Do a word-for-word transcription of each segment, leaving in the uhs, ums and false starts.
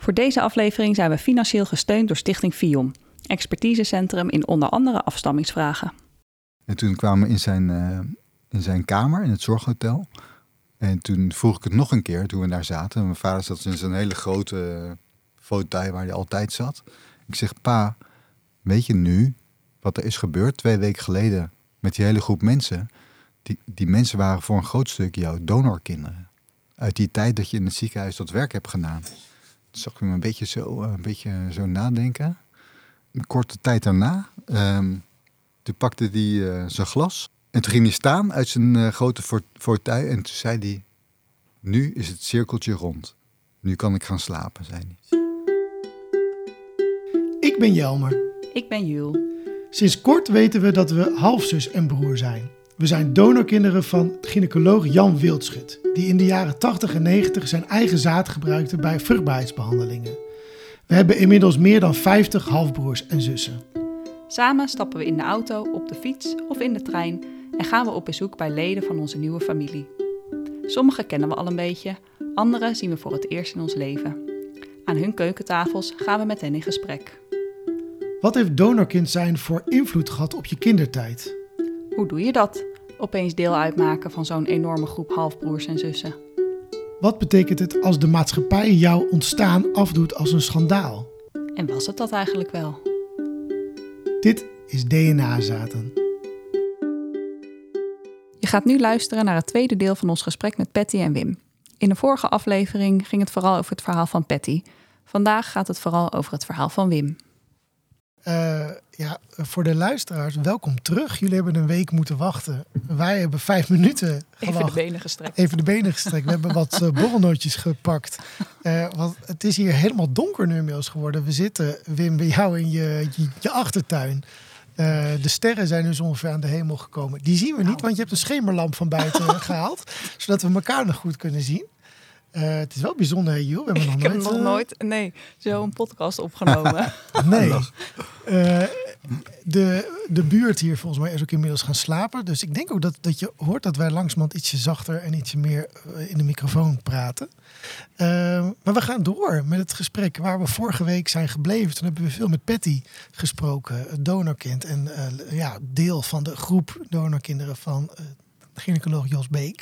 Voor deze aflevering zijn we financieel gesteund door Stichting FIOM, expertisecentrum in onder andere afstammingsvragen. En toen kwamen we in zijn, uh, in zijn kamer in het zorghotel. En toen vroeg ik het nog een keer toen we daar zaten. Mijn vader zat in zo'n hele grote fauteuil waar hij altijd zat. Ik zeg, pa, weet je nu wat er is gebeurd twee weken geleden met die hele groep mensen? Die, die mensen waren voor een groot stuk jouw donorkinderen. Uit die tijd dat je in het ziekenhuis dat werk hebt gedaan. Toen zag ik me een beetje zo, een beetje zo nadenken. Een korte tijd daarna, um, toen pakte hij uh, zijn glas. En toen ging hij staan uit zijn uh, grote fauteuil. En toen zei hij, nu is het cirkeltje rond. Nu kan ik gaan slapen, zei hij. Ik ben Jelmer. Ik ben Jul. Sinds kort weten we dat we halfzus en broer zijn. We zijn donorkinderen van gynaecoloog Jan Wildschut, die in de jaren tachtig en negentig zijn eigen zaad gebruikte bij vruchtbaarheidsbehandelingen. We hebben inmiddels meer dan vijftig halfbroers en zussen. Samen stappen we in de auto, op de fiets of in de trein en gaan we op bezoek bij leden van onze nieuwe familie. Sommige kennen we al een beetje, andere zien we voor het eerst in ons leven. Aan hun keukentafels gaan we met hen in gesprek. Wat heeft donorkind zijn voor invloed gehad op je kindertijd? Hoe doe je dat? Opeens deel uitmaken van zo'n enorme groep halfbroers en zussen. Wat betekent het als de maatschappij jouw ontstaan afdoet als een schandaal? En was het dat eigenlijk wel? Dit is D N A-zaten. Je gaat nu luisteren naar het tweede deel van ons gesprek met Patty en Wim. In de vorige aflevering ging het vooral over het verhaal van Patty. Vandaag gaat het vooral over het verhaal van Wim. Uh, ja, voor de luisteraars, welkom terug. Jullie hebben een week moeten wachten. Wij hebben vijf minuten gewacht. Even de benen gestrekt. Even de benen gestrekt. We hebben wat uh, borrelnootjes gepakt. Uh, want het is hier helemaal donker nu inmiddels geworden. We zitten, Wim, bij jou in je, je, je achtertuin. Uh, de sterren zijn dus ongeveer aan de hemel gekomen. Die zien we niet, want je hebt een schemerlamp van buiten gehaald. Zodat we elkaar nog goed kunnen zien. Uh, het is wel bijzonder, hè, Jules? We hebben nog ik nooit, heb nog uh... nooit nee, zo'n podcast opgenomen. nee. Uh, de, de buurt hier volgens mij is ook inmiddels gaan slapen. Dus ik denk ook dat, dat je hoort dat wij langzamerhand ietsje zachter en ietsje meer uh, in de microfoon praten. Uh, maar we gaan door met het gesprek waar we vorige week zijn gebleven. Toen hebben we veel met Patty gesproken, het donorkind. En uh, ja, deel van de groep donorkinderen van... Uh, gynaecoloog Jos Beek.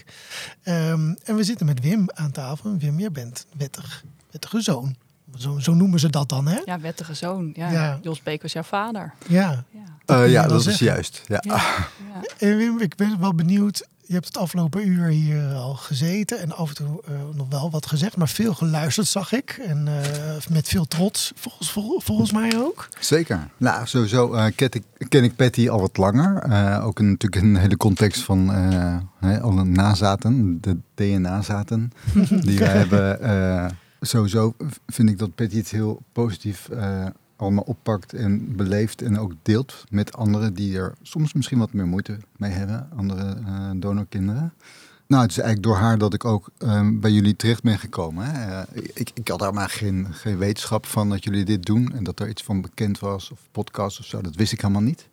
Um, en we zitten met Wim aan tafel. Wim, jij bent wettig, wettige zoon. Zo, zo noemen ze dat dan, hè? Ja, wettige zoon. Ja. Ja. Jos Beek was jouw vader. Ja, ja, uh, ja dat zeggen. is juist. Ja. Ja. Ja. En Wim, ik ben wel benieuwd. Je hebt het afgelopen uur hier al gezeten en af en toe uh, nog wel wat gezegd, maar veel geluisterd, zag ik. En uh, met veel trots, volgens, vol, volgens mij ook. Zeker. Nou, sowieso uh, ken, ik, ken ik Patty al wat langer. Uh, ook in, natuurlijk in de hele context van uh, hè, alle nazaten, de D N A-zaten die wij hebben. Uh, sowieso vind ik dat Patty het heel positief uh, allemaal oppakt en beleeft en ook deelt met anderen die er soms misschien wat meer moeite mee hebben, andere uh, donorkinderen. Nou, het is eigenlijk door haar dat ik ook uh, bij jullie terecht ben gekomen. Hè. Uh, ik, ik had daar maar geen, geen wetenschap van dat jullie dit doen en dat er iets van bekend was of podcast of zo, dat wist ik helemaal niet.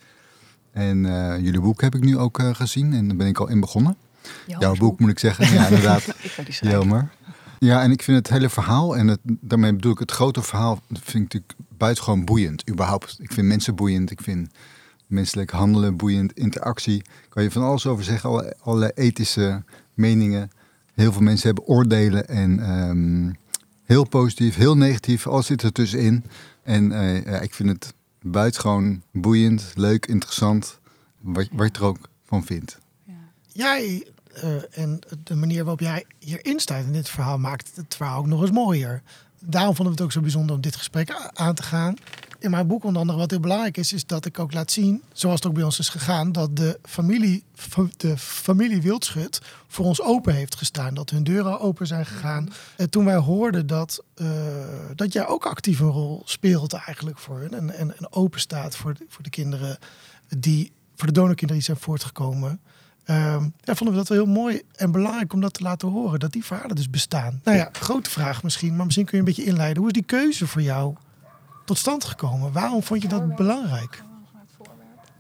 En uh, jullie boek heb ik nu ook uh, gezien en daar ben ik al in begonnen. Jouw, Jouw boek moet ik zeggen, ja inderdaad. Jelmer. Ja, en ik vind het hele verhaal, en het, daarmee bedoel ik het grote verhaal, vind ik natuurlijk buitengewoon boeiend, überhaupt. Ik vind mensen boeiend, ik vind menselijk handelen boeiend, interactie. Kan je van alles over zeggen, alle, alle ethische meningen. Heel veel mensen hebben oordelen en um, heel positief, heel negatief, alles zit er tussenin. En uh, ja, ik vind het buitengewoon boeiend, leuk, interessant, wat, wat je er ook van vindt. Ja. Jij... Uh, en de manier waarop jij hierin staat in dit verhaal maakt het verhaal ook nog eens mooier. Daarom vonden we het ook zo bijzonder om dit gesprek aan te gaan. In mijn boek onder andere wat heel belangrijk is, is dat ik ook laat zien, zoals het ook bij ons is gegaan, dat de familie, de familie Wildschut voor ons open heeft gestaan. Dat hun deuren open zijn gegaan. En toen wij hoorden dat, uh, dat jij ook actief een rol speelt eigenlijk voor hun. En, en, en open staat voor de, voor de kinderen die, voor de donorkinderen die zijn voortgekomen. Um, ja, vonden we dat wel heel mooi en belangrijk om dat te laten horen. Dat die verhalen dus bestaan. Nou ja, grote vraag misschien, maar misschien kun je een beetje inleiden. Hoe is die keuze voor jou tot stand gekomen? Waarom vond je dat belangrijk?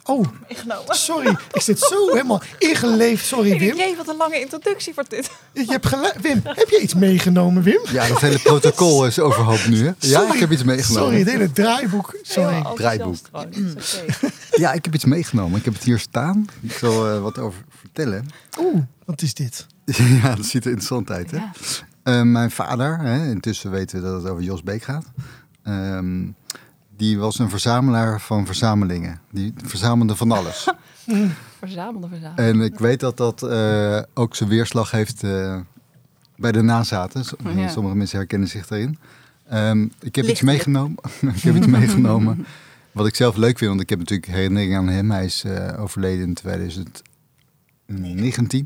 Oh, meegenomen. sorry. Ik zit zo helemaal ingeleefd. Sorry, Wim. Jee, wat een lange introductie voor dit. Je hebt gelijk. Wim, heb je iets meegenomen, Wim? Ja, dat hele protocol is overhoop nu, hè? Ja, Sorry. ik heb iets meegenomen. Sorry, het hele draaiboek. Sorry. Heel draaiboek. enthousiast gewoon. Dat is oké. Ja, ik heb iets meegenomen. Ik heb het hier staan. Ik zal er wat over vertellen. Oeh, wat is dit? Ja, dat ziet er interessant uit, hè? Ja. Uh, mijn vader, hè, intussen weten we dat het over Jos Beek gaat. Um, die was een verzamelaar van verzamelingen. Die verzamelde van alles. Verzamelde, verzamelde. En ik weet dat dat uh, ook zijn weerslag heeft uh, bij de nazaten. Ja. Sommige mensen herkennen zich daarin. Um, ik heb Lichtelijk. iets meegenomen. ik heb iets meegenomen wat ik zelf leuk vind. Want ik heb natuurlijk herinneringen aan hem. Hij is uh, overleden in twintig negentien.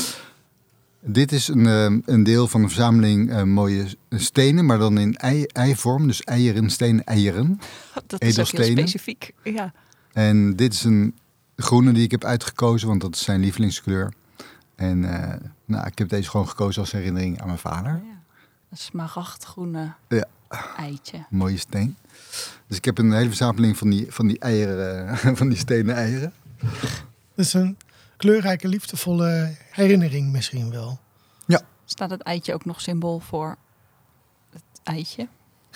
Dit is een, uh, een deel van een verzameling uh, mooie stenen, maar dan in ei, eivorm. Dus eieren, stenen, eieren. Dat is ook heel specifiek, ja. En dit is een groene die ik heb uitgekozen, want dat is zijn lievelingskleur. En uh, nou, ik heb deze gewoon gekozen als herinnering aan mijn vader. Ja, een smaragdgroene ja. eitje. Mooie steen. Dus ik heb een hele verzameling van die, van die eieren, van die stenen eieren. Dat is een kleurrijke, liefdevolle herinnering misschien wel. Ja. Staat het eitje ook nog symbool voor het eitje?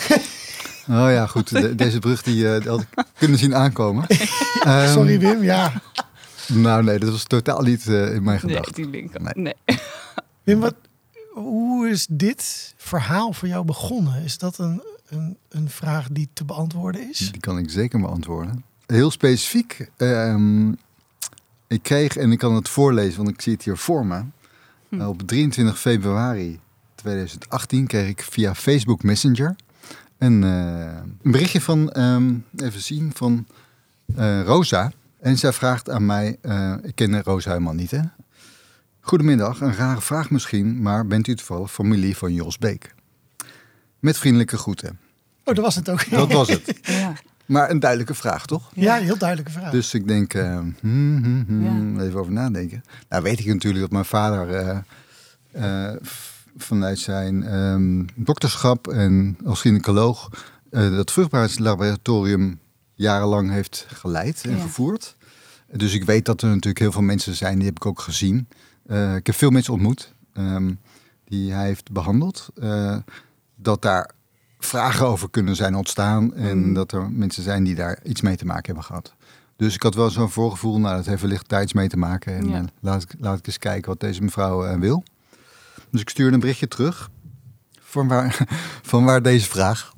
Oh ja, goed. De, deze brug die uh, had ik kunnen zien aankomen. um, Sorry Wim, ja. Nou nee, dat was totaal niet uh, in mijn gedachten. Nee, die link. Nee. nee. Wim, wat, hoe is dit verhaal voor jou begonnen? Is dat een, een, een vraag die te beantwoorden is? Die kan ik zeker beantwoorden. Heel specifiek. Um, ik kreeg, en ik kan het voorlezen, want ik zie het hier voor me. Hm. Op drieëntwintig februari tweeduizend achttien kreeg ik via Facebook Messenger een, uh, een berichtje van, um, even zien, van uh, Rosa. En zij vraagt aan mij, uh, ik ken Rosa helemaal niet, hè. Goedemiddag, een rare vraag misschien, maar bent u toevallig familie van Jos Beek? Met vriendelijke groeten. Oh, dat was het ook. Dat was het. Ja. Maar een duidelijke vraag, toch? Ja, een heel duidelijke vraag. Dus ik denk, uh, hmm, hmm, hmm, ja. even over nadenken. Nou weet ik natuurlijk dat mijn vader uh, uh, vanuit zijn um, dokterschap en als gynaecoloog uh, dat vruchtbaarheidslaboratorium jarenlang heeft geleid en ja. gevoerd. Dus ik weet dat er natuurlijk heel veel mensen zijn, die heb ik ook gezien. Uh, ik heb veel mensen ontmoet um, die hij heeft behandeld. Uh, dat daar vragen over kunnen zijn ontstaan en mm. dat er mensen zijn die daar iets mee te maken hebben gehad. Dus ik had wel zo'n voorgevoel, nou dat heeft wellicht daar iets mee te maken. En ja. uh, laat, ik, laat ik eens kijken wat deze mevrouw uh, wil. Dus ik stuurde een berichtje terug van waar, van waar deze vraag.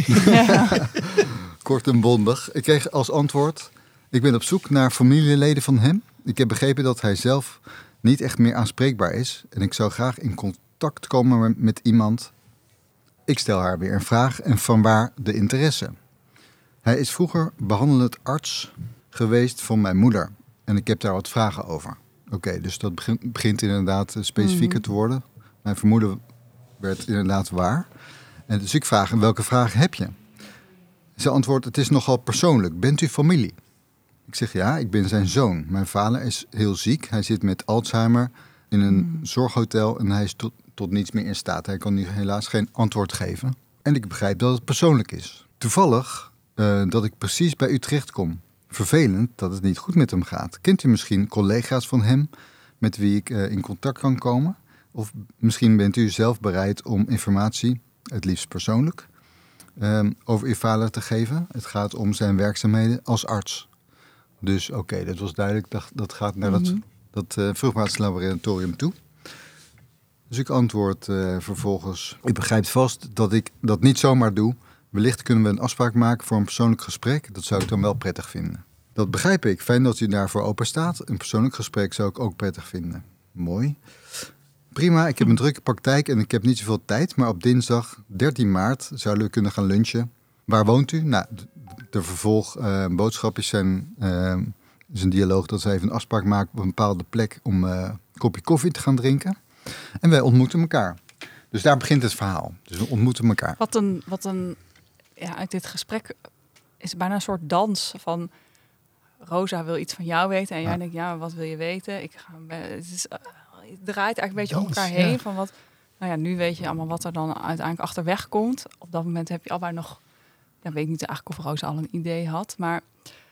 Ja. Kort en bondig. Ik kreeg als antwoord, ik ben op zoek naar familieleden van hem. Ik heb begrepen dat hij zelf niet echt meer aanspreekbaar is. En ik zou graag in contact komen met iemand. Ik stel haar weer een vraag en vanwaar de interesse. Hij is vroeger behandelend arts geweest van mijn moeder. En ik heb daar wat vragen over. Oké, okay, dus dat begint, begint inderdaad specifieker mm-hmm. te worden. Mijn vermoeden werd inderdaad waar. En dus ik vraag, welke vraag heb je? Ze antwoordt, het is nogal persoonlijk. Bent u familie? Ik zeg, ja, ik ben zijn zoon. Mijn vader is heel ziek. Hij zit met Alzheimer in een mm. zorghotel en hij is tot, tot niets meer in staat. Hij kan nu helaas geen antwoord geven. En ik begrijp dat het persoonlijk is. Toevallig uh, dat ik precies bij u terechtkom. Vervelend dat het niet goed met hem gaat. Kent u misschien collega's van hem met wie ik uh, in contact kan komen? Of misschien bent u zelf bereid om informatie, het liefst persoonlijk, um, over uw vader te geven. Het gaat om zijn werkzaamheden als arts. Dus oké, okay, dat was duidelijk, dat, dat gaat naar mm-hmm. dat, dat uh, vruchtbaarheidslaboratorium toe. Dus ik antwoord uh, vervolgens, u begrijpt vast dat ik dat niet zomaar doe. Wellicht kunnen we een afspraak maken voor een persoonlijk gesprek. Dat zou ik dan wel prettig vinden. Dat begrijp ik. Fijn dat u daarvoor open staat. Een persoonlijk gesprek zou ik ook prettig vinden. Mooi. Prima, ik heb een drukke praktijk en ik heb niet zoveel tijd. Maar op dinsdag dertien maart zouden we kunnen gaan lunchen. Waar woont u? Nou, de, de vervolg uh, boodschapjes zijn, uh, is een dialoog dat ze even een afspraak maken op een bepaalde plek om uh, een kopje koffie te gaan drinken. En wij ontmoeten elkaar. Dus daar begint het verhaal. Dus we ontmoeten elkaar. Wat een, wat een ja, uit dit gesprek is bijna een soort dans van Rosa wil iets van jou weten en jij ja. denkt, ja, wat wil je weten? Ik ga, het, is, uh, het draait eigenlijk een beetje om elkaar heen. Ja. Van wat, nou ja, nu weet je allemaal wat er dan uiteindelijk achterweg komt. Op dat moment heb je allebei nog, ja, weet ik niet eigenlijk of Rosa al een idee had, maar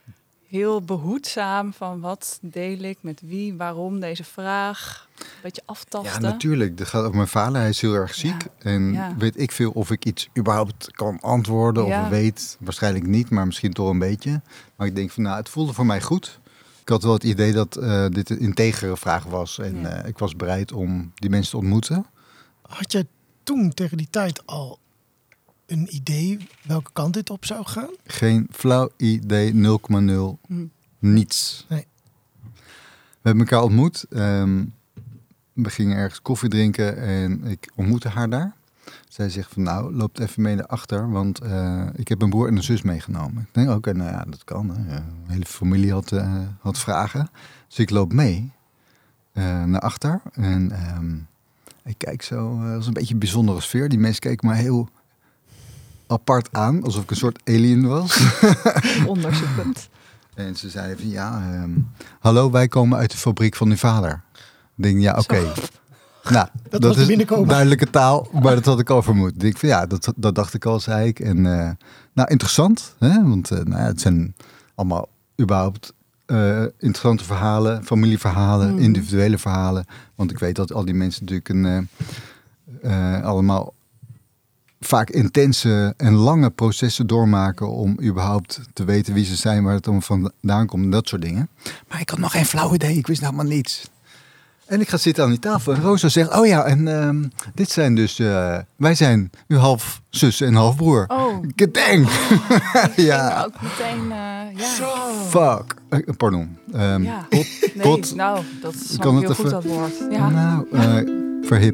heel behoedzaam van wat deel ik, met wie, waarom deze vraag. Een beetje aftasten. Ja, natuurlijk. Dat gaat over mijn vader. Hij is heel erg ziek. Ja. En Ja. weet ik veel of ik iets überhaupt kan antwoorden Ja. of weet. Waarschijnlijk niet, maar misschien toch een beetje. Maar ik denk van, nou, het voelde voor mij goed. Ik had wel het idee dat uh, dit een integere vraag was. En Ja. uh, ik was bereid om die mensen te ontmoeten. Had je toen tegen die tijd al een idee welke kant dit op zou gaan? Geen flauw idee, nul komma nul, Hm. niets. Nee. We hebben elkaar ontmoet. Um, we gingen ergens koffie drinken en ik ontmoette haar daar. Zij zegt van, nou, loopt even mee naar achter, want uh, ik heb een broer en een zus meegenomen. Ik denk, oké, okay, nou ja, dat kan. Hè. Ja, de hele familie had, uh, had vragen. Dus ik loop mee uh, naar achter en um, ik kijk zo, uh, dat was een beetje een bijzondere sfeer. Die mensen keken me heel apart aan, alsof ik een soort alien was. Onderzoekend. En ze zeiden van, ja, um, hallo, wij komen uit de fabriek van uw vader. Ik denk, ja, oké. Okay. Nou, dat, dat is binnenkomen. Duidelijke taal, maar dat had ik al vermoed. Ik denk van, ja, dat, dat dacht ik al, zei ik. En uh, nou, interessant, hè? Want uh, nou ja, het zijn allemaal überhaupt uh, interessante verhalen, familieverhalen, mm. individuele verhalen. Want ik weet dat al die mensen natuurlijk een, uh, uh, allemaal vaak intense en lange processen doormaken om überhaupt te weten wie ze zijn, waar het om vandaan komt, dat soort dingen. Maar ik had nog geen flauw idee, ik wist helemaal niets. En ik ga zitten aan die tafel en Rosa zegt, oh ja, en uh, dit zijn dus, uh, wij zijn uw half zus en half broer. Oh. Gedang! Oh, ja. ook meteen, uh, ja. Zo. Fuck. Uh, pardon. Um, ja. Pot, nee, pot. nou, dat is Kan heel het goed even... dat woord. Ja. Nou, uh, verhip.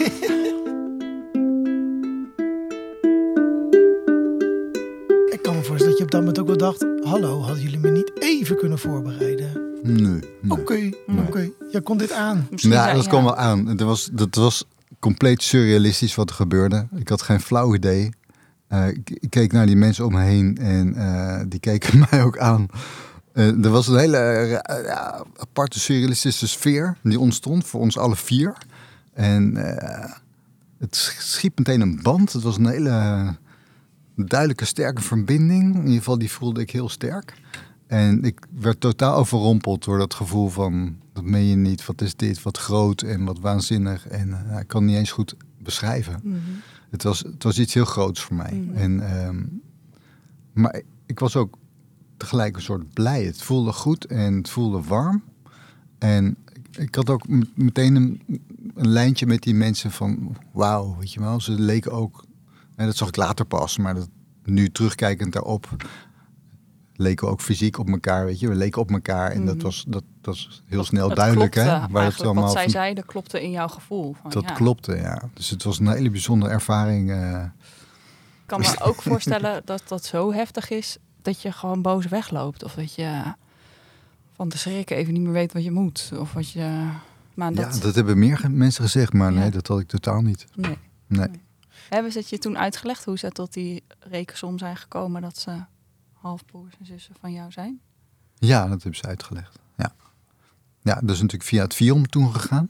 Ik kan me voorstellen dat je op dat moment ook wel dacht, hallo, hadden jullie me niet even kunnen voorbereiden? Nee. nee. Oké, okay, nee. oké. Okay. Jij kon dit aan. Misschien ja, zijn, dat ja. kwam wel aan. Dat was, dat was compleet surrealistisch wat er gebeurde. Ik had geen flauw idee. Uh, ik, ik keek naar die mensen om me heen en uh, die keken mij ook aan. Uh, er was een hele uh, uh, aparte surrealistische sfeer die ontstond voor ons alle vier. En uh, het schiep meteen een band. Het was een hele uh, duidelijke, sterke verbinding. In ieder geval, die voelde ik heel sterk. En ik werd totaal overrompeld door dat gevoel van, dat meen je niet, wat is dit, wat groot en wat waanzinnig. En uh, ik kan het niet eens goed beschrijven. Mm-hmm. Het was, het was iets heel groots voor mij. Mm-hmm. En, um, maar ik was ook tegelijk een soort blij. Het voelde goed en het voelde warm. En ik, ik had ook meteen een, een lijntje met die mensen van, wauw, weet je wel. Ze leken ook, en dat zag ik later pas, maar dat, nu terugkijkend daarop, leken we ook fysiek op elkaar, weet je. We leken op elkaar en mm. dat was dat, dat was heel dat, snel dat duidelijk. Klopte, hè? Waar het allemaal wat zij van, zeiden klopte in jouw gevoel. Van, dat ja. klopte, ja. Dus het was een hele bijzondere ervaring. Uh. Ik kan me ook voorstellen dat dat zo heftig is, dat je gewoon boos wegloopt. Of dat je van de schrikken even niet meer weet wat je moet. Of wat je... Maar dat... Ja, dat hebben meer mensen gezegd, maar ja. nee, dat had ik totaal niet. Nee. nee. nee. Hebben ze het je toen uitgelegd hoe ze tot die rekensom zijn gekomen dat ze halfbroers en zussen van jou zijn? Ja, dat hebben ze uitgelegd. Ja, ja dat is natuurlijk via het Viom toen gegaan.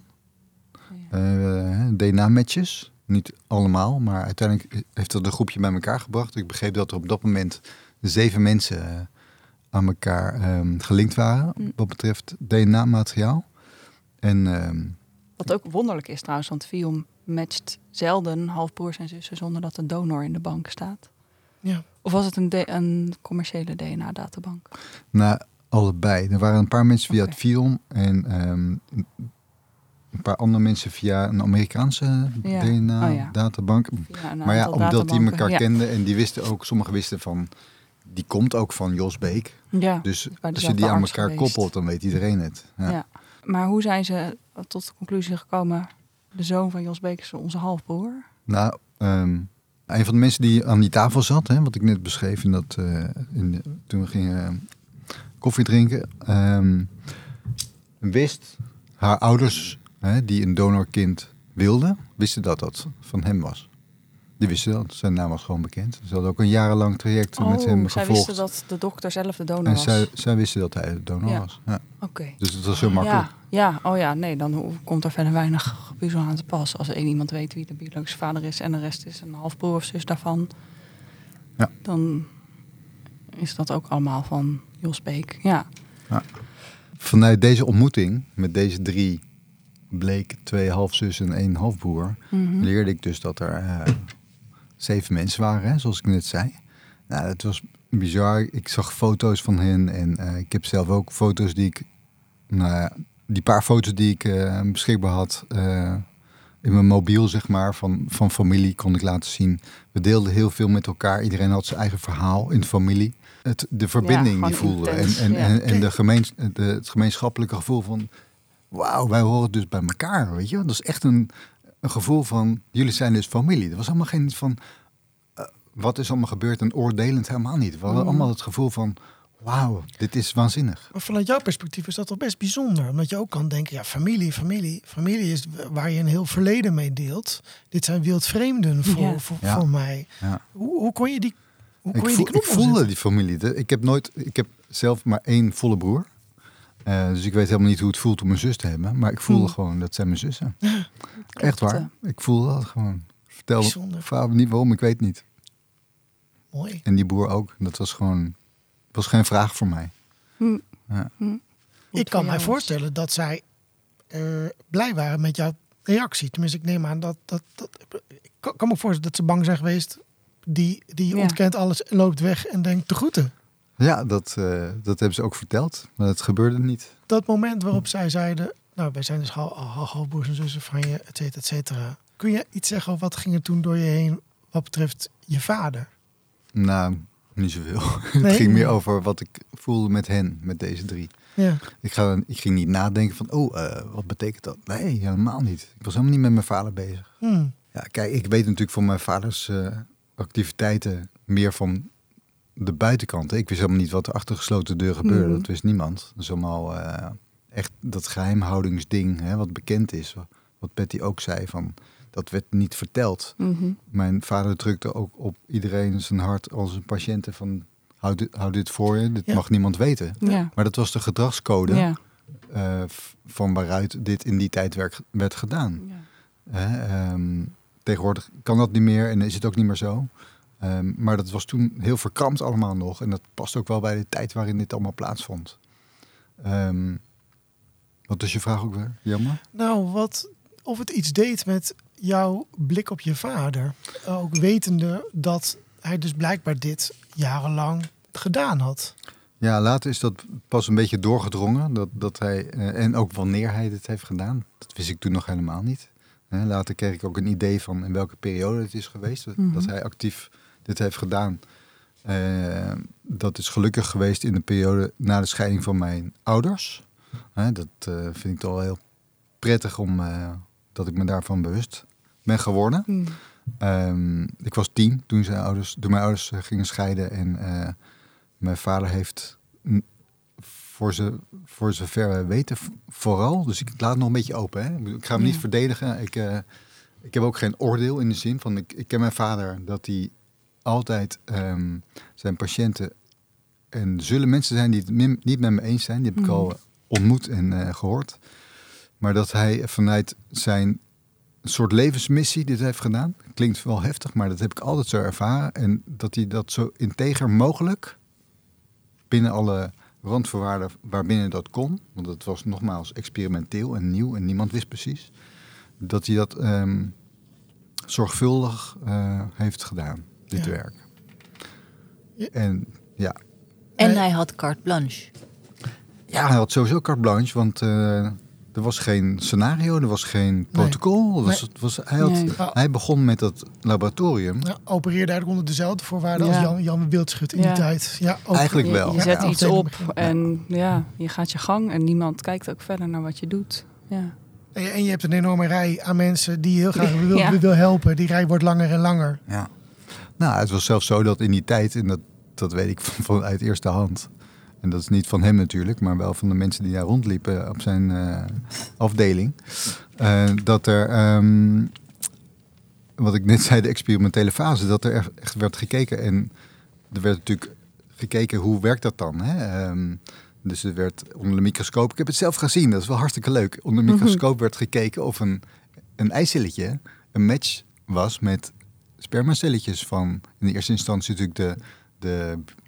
Ja. Uh, D N A-matches. Niet allemaal, maar uiteindelijk heeft dat een groepje bij elkaar gebracht. Ik begreep dat er op dat moment zeven mensen uh, aan elkaar um, gelinkt waren. Mm. Wat betreft D N A-materiaal. En, um, wat ook wonderlijk is trouwens, want Viom matcht zelden halfbroers en zussen zonder dat de donor in de bank staat. Ja. Of was het een, de- een commerciële D N A-databank? Nou, allebei. Er waren een paar mensen via okay. het Viom en um, een paar andere mensen via een Amerikaanse ja. D N A-databank. Oh, ja. Maar ja, omdat die elkaar ja. kenden en die wisten ook, sommigen wisten van, die komt ook van Jos Beek. Ja, dus als je die aan elkaar geweest. koppelt, dan weet iedereen het. Ja. Ja. Maar hoe zijn ze tot de conclusie gekomen, de zoon van Jos Beek is onze halfbroer? Nou, um, een van de mensen die aan die tafel zat, hè, wat ik net beschreef, in dat, uh, in de, toen we gingen uh, koffie drinken, um, wist haar ouders, hè, die een donorkind wilden, wisten dat dat van hem was. Die wisten dat, zijn naam was gewoon bekend. Ze hadden ook een jarenlang traject oh, met hem zij gevolgd. wisten dat de dokter zelf de donor en was? zij, zij wisten dat hij de donor ja. was. Ja. Okay. Dus het was heel makkelijk. Ja, ja, oh ja, nee, dan komt er verder weinig gepuzel aan te pas. Als één iemand weet wie de biologische vader is en de rest is een halfbroer of zus daarvan, ja. dan is dat ook allemaal van Jos Beek, ja. ja. Vanuit deze ontmoeting met deze drie bleek twee halfzus en één halfbroer, mm-hmm. leerde ik dus dat er uh, zeven mensen waren, hè, zoals ik net zei. Nou, het was bizar. Ik zag foto's van hen en uh, ik heb zelf ook foto's die ik, nou ja, die paar foto's die ik uh, beschikbaar had uh, in mijn mobiel, zeg maar, van, van familie kon ik laten zien. We deelden heel veel met elkaar. Iedereen had zijn eigen verhaal in de familie. Het, de verbinding ja, die voelde en, en, ja. en, en de gemeens, de, het gemeenschappelijke gevoel van wauw, wij horen dus bij elkaar, weet je. Dat is echt een, een gevoel van jullie zijn dus familie. Er was allemaal geen van uh, wat is allemaal gebeurd en oordelend helemaal niet. We hadden mm. allemaal het gevoel van wauw, dit is waanzinnig. Maar vanuit jouw perspectief is dat toch best bijzonder. Omdat je ook kan denken, ja, familie, familie. Familie is waar je een heel verleden mee deelt. Dit zijn wildvreemden voor, ja. voor, ja. voor mij. Ja. Hoe, hoe kon je die hoe kon ik, je voel, die knop ik voelde zetten? die familie. Ik heb nooit, ik heb zelf maar één volle broer. Uh, dus ik weet helemaal niet hoe het voelt om een zus te hebben. Maar ik voelde hmm. gewoon, dat zijn mijn zussen. Ja, echt waar. Ik voelde dat gewoon. Vertel me niet waarom, ik weet niet. Mooi. En die broer ook. Dat was gewoon, was geen vraag voor mij. Hmm. Ja. Hmm. Ik kan mij voorstellen dat zij uh, blij waren met jouw reactie. Tenminste, ik neem aan dat... dat, dat ik kan me voorstellen dat ze bang zijn geweest. Die, die ja. ontkent alles, loopt weg en denkt te groeten. Ja, dat, uh, dat hebben ze ook verteld. Maar het gebeurde niet. Dat moment waarop zij zeiden... Nou, wij zijn dus halfbroers en zussen van je, et cetera, et cetera. Kun je iets zeggen over wat ging er toen door je heen... wat betreft je vader? Nou, niet zoveel. Nee? Het ging meer over wat ik voelde met hen, met deze drie. Ja. Ik, ga, ik ging niet nadenken van... oh, uh, wat betekent dat? Nee, helemaal niet. Ik was helemaal niet met mijn vader bezig. Hmm. Ja, kijk, ik weet natuurlijk van mijn vaders uh, activiteiten... meer van de buitenkant. Ik wist helemaal niet wat er achter gesloten deuren gebeurde. Mm. Dat wist niemand. Dat is allemaal uh, echt dat geheimhoudingsding, hè, wat bekend is. Wat Betty ook zei, van dat werd niet verteld. Mm-hmm. Mijn vader drukte ook op iedereen zijn hart als een patiënten van... hou dit, hou dit voor je, dit ja. mag niemand weten. Ja. Maar dat was de gedragscode ja. uh, van waaruit dit in die tijd werd, werd gedaan. Ja. Uh, um, tegenwoordig kan dat niet meer en is het ook niet meer zo. Um, maar dat was toen heel verkrampt allemaal nog. En dat past ook wel bij de tijd waarin dit allemaal plaatsvond. Um, wat is je vraag ook weer, Jammer? Nou, wat, of het iets deed met jouw blik op je vader. Ook wetende dat hij dus blijkbaar dit jarenlang gedaan had. Ja, later is dat pas een beetje doorgedrongen. Dat, dat hij, uh, en ook wanneer hij dit heeft gedaan. Dat wist ik toen nog helemaal niet. Uh, later kreeg ik ook een idee van in welke periode het is geweest. Dat, mm-hmm. dat hij actief dit heeft gedaan. Uh, dat is gelukkig geweest in de periode na de scheiding van mijn ouders. Uh, dat uh, vind ik toch wel heel prettig om uh, dat ik me daarvan bewust ben geworden. Mm. Um, ik was tien toen, zijn ouders, toen mijn ouders uh, gingen scheiden. En uh, mijn vader heeft, voor, ze, voor zover wij weten, vooral... Dus ik laat het nog een beetje open. Hè? Ik ga hem ja. niet verdedigen. Ik, uh, ik heb ook geen oordeel in de zin van... Ik, ik ken mijn vader dat hij altijd um, zijn patiënten... En er zullen mensen zijn die het min, niet met me eens zijn. Die heb ik mm. al ontmoet en uh, gehoord. Maar dat hij vanuit zijn soort levensmissie dit heeft gedaan. Klinkt wel heftig, maar dat heb ik altijd zo ervaren. En dat hij dat zo integer mogelijk... binnen alle randvoorwaarden waarbinnen dat kon... want het was nogmaals experimenteel en nieuw... en niemand wist precies... dat hij dat um, zorgvuldig uh, heeft gedaan, dit ja. werk. Ja. En ja... En hij had carte blanche. Ja, hij had sowieso carte blanche, want uh, er was geen scenario, er was geen protocol. Nee. Was, was, hij, had, nee. hij begon met dat laboratorium. Ja, opereerde eigenlijk onder dezelfde voorwaarden ja. als Jan, Jan Wildschut in ja. die tijd. Ja, ook. Eigenlijk wel. Je, je zet ja. iets op en ja, je gaat je gang en niemand kijkt ook verder naar wat je doet. Ja. En je hebt een enorme rij aan mensen die heel graag wil, ja. wil helpen. Die rij wordt langer en langer. Ja. Nou, het was zelfs zo dat in die tijd, en dat, dat weet ik van, vanuit eerste hand... En dat is niet van hem natuurlijk, maar wel van de mensen die daar rondliepen op zijn uh, afdeling. Uh, dat er, um, wat ik net zei, de experimentele fase, dat er echt werd gekeken. En er werd natuurlijk gekeken, hoe werkt dat dan? Hè? Um, dus er werd onder de microscoop, ik heb het zelf gezien, dat is wel hartstikke leuk. Onder de microscoop mm-hmm. werd gekeken of een, een eicelletje een match was met spermacelletjes van, in de eerste instantie natuurlijk de... de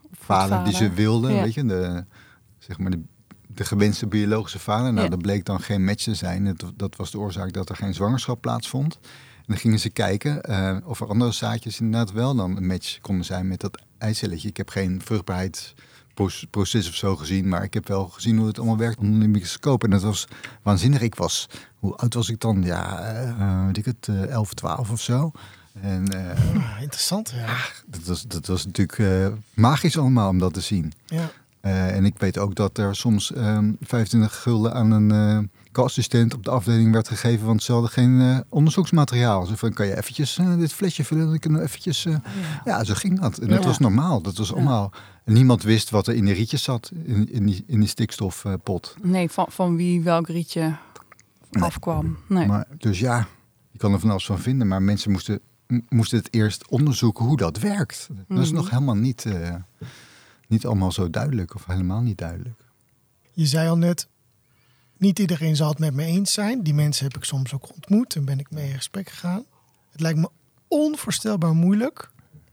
vader, vader. die ze wilden, Ja. weet je, de, zeg maar de, de gewenste biologische vader. Nou, Ja. dat bleek dan geen match te zijn. Dat, dat was de oorzaak dat er geen zwangerschap plaatsvond. En dan gingen ze kijken uh, of er andere zaadjes inderdaad wel dan een match konden zijn met dat eicelletje. Ik heb geen vruchtbaarheidsproces of zo gezien, maar ik heb wel gezien hoe het allemaal werkt onder de microscoop. En dat was waanzinnig. Ik was, hoe oud was ik dan? Ja, uh, weet ik het, uh, elf, twaalf of zo. En, uh, Ah, interessant, ja. dat, was, dat was natuurlijk uh, magisch allemaal om dat te zien. ja. Uh, en ik weet ook dat er soms um, vijfentwintig gulden aan een uh, co-assistent op de afdeling werd gegeven, want ze hadden geen uh, onderzoeksmateriaal. Zo van, kan je eventjes uh, dit flesje vullen? Dan kunnen we eventjes... Uh... Ja. ja, zo ging dat. En dat Ja. was normaal. Dat was Ja. allemaal... En niemand wist wat er in die rietjes zat, in, in, die, in die stikstofpot. Nee, van, van wie welk rietje Nee. afkwam. Nee. Maar, dus ja, je kan er van alles van vinden, maar mensen moesten, m- moesten het eerst onderzoeken hoe dat werkt. Dat is Mhm. nog helemaal niet, uh, niet allemaal zo duidelijk, of helemaal niet duidelijk. Je zei al net, niet iedereen zal het met me eens zijn. Die mensen heb ik soms ook ontmoet en ben ik mee in gesprek gegaan. Het lijkt me onvoorstelbaar moeilijk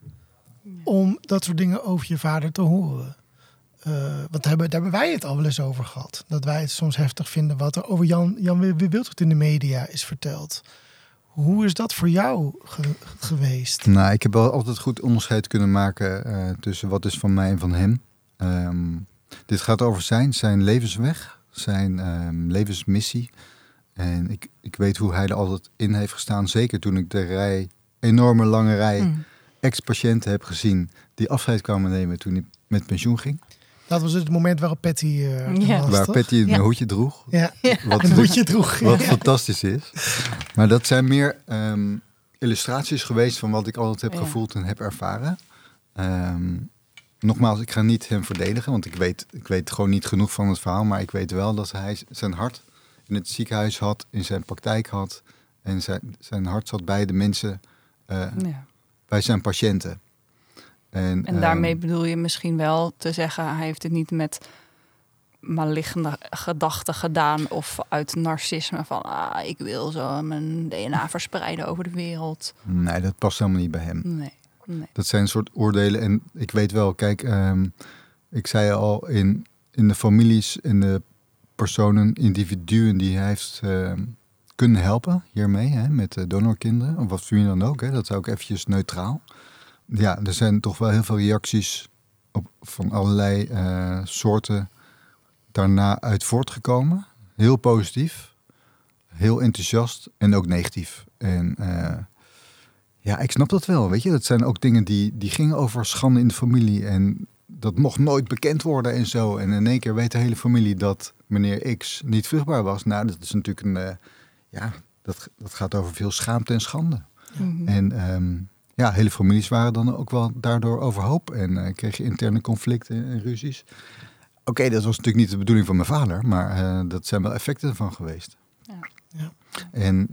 om dat soort dingen over je vader te horen. Uh, want daar hebben, daar hebben wij het al wel eens over gehad. Dat wij het soms heftig vinden wat er over Jan, Jan Wildert in de media is verteld. Hoe is dat voor jou ge- geweest? Nou, ik heb wel altijd goed onderscheid kunnen maken uh, tussen wat is van mij en van hem. Um, dit gaat over zijn, zijn levensweg, zijn um, levensmissie. En ik, ik weet hoe hij er altijd in heeft gestaan. Zeker toen ik de rij, enorme lange rij Mm. ex-patiënten heb gezien die afscheid kwamen nemen toen hij met pensioen ging. Dat was het moment waarop Patty uh, Ja. was, Waar toch? Patty een Ja. hoedje droeg. Ja, Wat, een hoedje droeg. wat Ja. fantastisch is. Maar dat zijn meer um, illustraties geweest van wat ik altijd heb Ja. gevoeld en heb ervaren. Um, nogmaals, ik ga niet hem verdedigen, want ik weet, ik weet gewoon niet genoeg van het verhaal. Maar ik weet wel dat hij zijn hart in het ziekenhuis had, in zijn praktijk had. En zijn, zijn hart zat bij de mensen, uh, Ja. bij zijn patiënten. En, En daarmee um, bedoel je misschien wel te zeggen, hij heeft het niet met maligne gedachten gedaan of uit narcisme van ah, ik wil zo mijn D N A verspreiden over de wereld. Nee, dat past helemaal niet bij hem. Nee, nee. Dat zijn een soort oordelen. En ik weet wel, kijk, um, ik zei al, in, in de families en de personen, individuen die hij heeft uh, kunnen helpen hiermee, hè, met uh, donorkinderen, of wat voor je dan ook, hè, dat is ook eventjes neutraal. Ja, er zijn toch wel heel veel reacties op, van allerlei uh, soorten daarna uit voortgekomen. Heel positief, heel enthousiast en ook negatief. En uh, ja, ik snap dat wel, weet je. Dat zijn ook dingen die, die gingen over schande in de familie en dat mocht nooit bekend worden en zo. En in één keer weet de hele familie dat meneer X niet vruchtbaar was. Nou, dat is natuurlijk een, uh, ja, dat, dat gaat over veel schaamte en schande. Mm-hmm. En um, ja, hele families waren dan ook wel daardoor overhoop en uh, kreeg je interne conflicten en ruzies. Oké, okay, dat was natuurlijk niet de bedoeling van mijn vader, maar uh, dat zijn wel effecten ervan geweest. Ja. Ja. En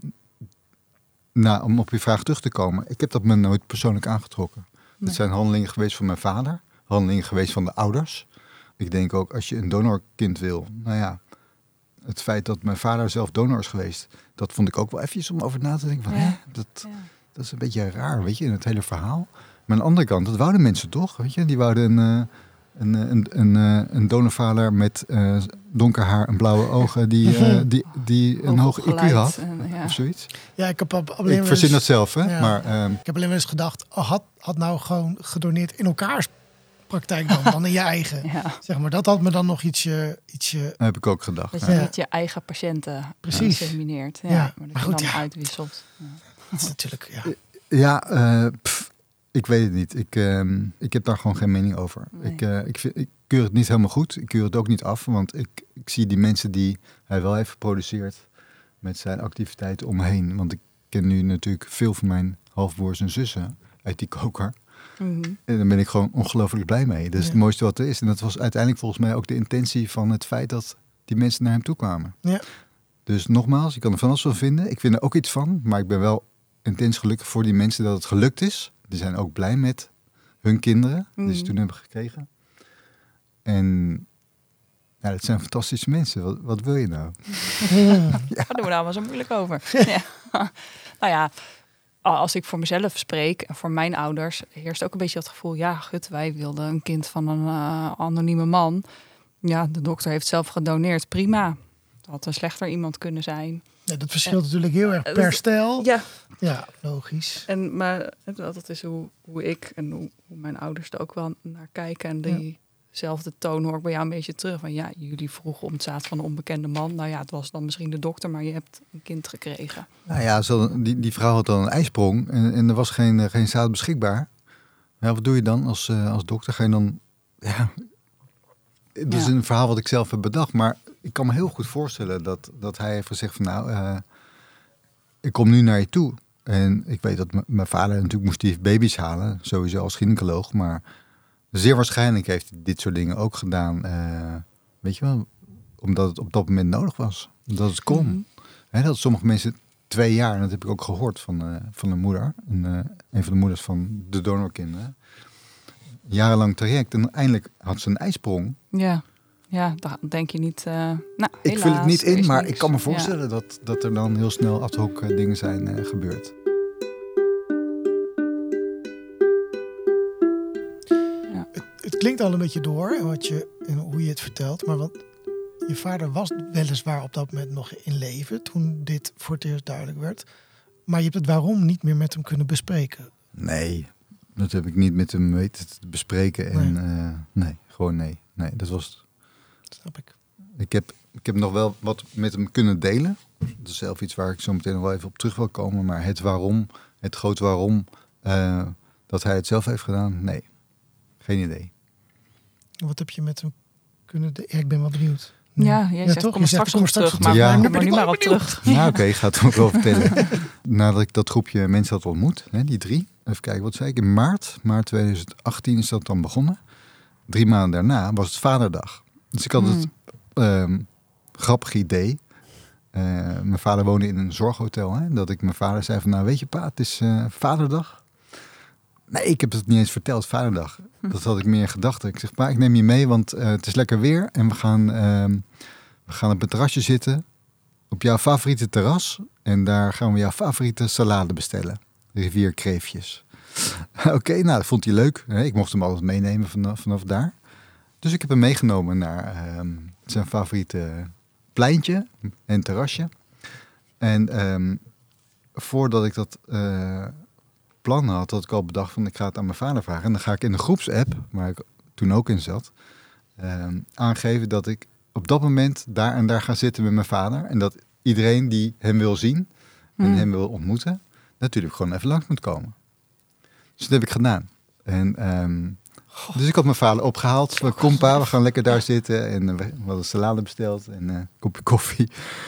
nou, om op je vraag terug te komen, ik heb dat me nooit persoonlijk aangetrokken. Nee. Het zijn handelingen geweest van mijn vader, handelingen geweest van de ouders. Ik denk ook, als je een donorkind wil, nou ja, het feit dat mijn vader zelf donor is geweest, dat vond ik ook wel eventjes om over na te denken van, ja. hè, dat, ja. dat is een beetje raar, weet je, in het hele verhaal. Maar aan de andere kant, dat wouden mensen toch, weet je, die wouden een... Uh, Een, een, een, een donorvader met uh, donker haar en blauwe ogen die, uh, die, die een hoog I Q had. En, ja. Of zoiets. Ja, ik heb alleen Ik verzin dat zelf, hè. Ja, maar, um, ik heb alleen wel eens gedacht, oh, had, had nou gewoon gedoneerd in elkaars praktijk dan, dan in je eigen. Ja. Zeg maar, dat had me dan nog ietsje... ietsje... Dat heb ik ook gedacht. Dat ja. je niet je eigen patiënten insemineert. Ja, ja. maar dat maar goed, je dan ja. uitwisselt. Ja. Dat is natuurlijk, ja. Ja, uh, pff, ik weet het niet. Ik, uh, ik heb daar gewoon geen mening over. Nee. Ik, uh, ik, vind, ik keur het niet helemaal goed. Ik keur het ook niet af. Want ik, ik zie die mensen die hij wel heeft geproduceerd met zijn activiteiten om me heen. Want ik ken nu natuurlijk veel van mijn halfbroers en zussen uit die koker. Mm-hmm. En daar ben ik gewoon ongelooflijk blij mee. Dat is ja. het mooiste wat er is. En dat was uiteindelijk volgens mij ook de intentie van het feit dat die mensen naar hem toe kwamen. Ja. Dus nogmaals, ik kan er van alles van vinden. Ik vind er ook iets van. Maar ik ben wel intens gelukkig voor die mensen dat het gelukt is. Die zijn ook blij met hun kinderen die mm. ze toen hebben gekregen. En ja, dat zijn fantastische mensen. Wat, wat wil je nou? Ja. Daar doen we nou maar zo moeilijk over. Ja. Nou ja, als ik voor mezelf spreek en voor mijn ouders, heerst ook een beetje dat gevoel, ja, gut, wij wilden een kind van een uh, anonieme man. Ja, de dokter heeft zelf gedoneerd, prima. Dat had een slechter iemand kunnen zijn. Ja, dat verschilt en, natuurlijk heel erg per stijl. Ja. Ja, logisch. En maar dat is hoe, hoe ik en hoe, hoe mijn ouders er ook wel naar kijken. En diezelfde ja. toon hoor ik bij jou een beetje terug. Van ja, jullie vroegen om het zaad van een onbekende man. Nou ja, het was dan misschien de dokter, maar je hebt een kind gekregen. Nou ja, zo, die, die vrouw had dan een ijsprong en, en er was geen, geen zaad beschikbaar. Ja, wat doe je dan als, uh, als dokter? Ga je dan... Ja, het is ja. een verhaal wat ik zelf heb bedacht, maar ik kan me heel goed voorstellen dat, dat hij heeft gezegd van nou, uh, ik kom nu naar je toe. En ik weet dat m- mijn vader natuurlijk moest die baby's halen, sowieso als gynaecoloog, maar zeer waarschijnlijk heeft hij dit soort dingen ook gedaan, uh, weet je wel, omdat het op dat moment nodig was. Dat het kon. Mm-hmm. He, dat sommige mensen twee jaar, en dat heb ik ook gehoord van, uh, van een moeder, een, uh, een van de moeders van de donorkinderen, jarenlang traject en eindelijk had ze een ijsprong. Ja, ja, daar denk je niet. Uh, nou, ik helaas, vul het niet in, maar niks. Ik kan me voorstellen ja. dat, dat er dan heel snel ad hoc uh, dingen zijn uh, gebeurd. Ja. Het, het klinkt al een beetje door wat je, en hoe je het vertelt, maar wat, je vader was weliswaar op dat moment nog in leven toen dit voor het eerst duidelijk werd. Maar je hebt het waarom niet meer met hem kunnen bespreken. Nee, dat heb ik niet met hem weten te bespreken. En nee, uh, nee gewoon nee. Nee, dat was het. Snap ik. Ik heb, ik heb nog wel wat met hem kunnen delen. Dat is zelf iets waar ik zo meteen nog wel even op terug wil komen. Maar het waarom, het grote waarom, uh, dat hij het zelf heeft gedaan, nee. Geen idee. Wat heb je met hem kunnen delen? Ja, ik ben wel benieuwd. Nee. Ja, jij ja, zegt, toch? kom er straks op terug, terug, maar ja. kom maar nu maar op terug. Nou oké, okay, ik ga het ook wel vertellen. Nadat ik dat groepje mensen had ontmoet, hè, die drie. Even kijken, wat zei ik? In maart, maart twintig achttien is dat dan begonnen. Drie maanden daarna was het Vaderdag. Dus ik had hmm. het um, grappig idee. Uh, mijn vader woonde in een zorghotel. Hè, dat ik mijn vader zei van, nou weet je pa, het is uh, Vaderdag. Nee, ik heb het niet eens verteld, Vaderdag. Hm. Dat had ik meer in gedachten. Ik zeg, pa, ik neem je mee, want uh, het is lekker weer. En we gaan, uh, we gaan op het terrasje zitten. Op jouw favoriete terras. En daar gaan we jouw favoriete salade bestellen. Rivierkreefjes. Oké, okay, nou, dat vond hij leuk. Ik mocht hem altijd meenemen vanaf, vanaf daar. Dus ik heb hem meegenomen naar uh, zijn favoriete pleintje en terrasje. En um, voordat ik dat uh, plan had, had ik al bedacht van ik ga het aan mijn vader vragen. En dan ga ik in de groepsapp, waar ik toen ook in zat, uh, aangeven dat ik op dat moment daar en daar ga zitten met mijn vader. En dat iedereen die hem wil zien en mm. hem wil ontmoeten, natuurlijk gewoon even langs moet komen. Dus dat heb ik gedaan. En um, dus ik had mijn vader opgehaald. We kom pa, we gaan lekker daar zitten. En uh, we hadden salade besteld en een uh, kopje koffie.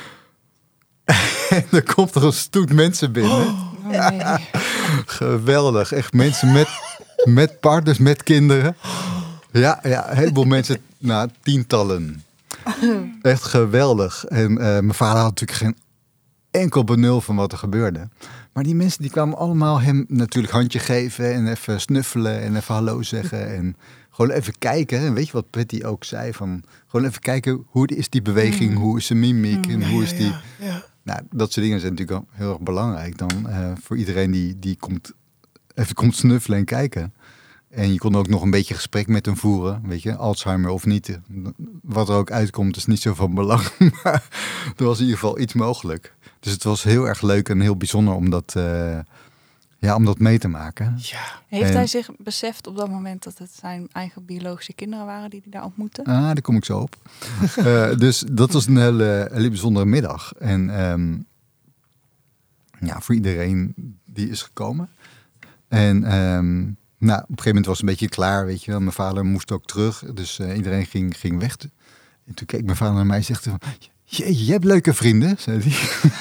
En er komt er een stoet mensen binnen. Oh, nee. Geweldig. Echt mensen met, met partners, met kinderen. Ja, ja, een heleboel mensen. Nou, tientallen. Echt geweldig. En uh, mijn vader had natuurlijk geen enkel benul van wat er gebeurde. Maar die mensen die kwamen allemaal hem natuurlijk handje geven en even snuffelen en even hallo zeggen en gewoon even kijken. En weet je wat Patty ook zei? Van gewoon even kijken hoe is die beweging, mm. hoe is zijn mimiek en ja, hoe is die. Ja, ja. Nou, dat soort dingen zijn natuurlijk heel erg belangrijk dan uh, voor iedereen die, die komt, even komt snuffelen en kijken. En je kon ook nog een beetje gesprek met hem voeren, weet je, Alzheimer of niet. Wat er ook uitkomt is niet zo van belang, maar er was in ieder geval iets mogelijk. Dus het was heel erg leuk en heel bijzonder om dat, uh, ja, om dat mee te maken. Ja. Heeft en, hij zich beseft op dat moment dat het zijn eigen biologische kinderen waren die hij daar ontmoette? Ah, daar kom ik zo op. uh, dus dat was een hele, hele bijzondere middag. En um, ja, voor iedereen die is gekomen. En um, nou, op een gegeven moment was het een beetje klaar, weet je wel. Mijn vader moest ook terug, dus uh, iedereen ging, ging weg. En toen keek mijn vader naar mij en zegt van, jeetje, je hebt leuke vrienden, zei hij.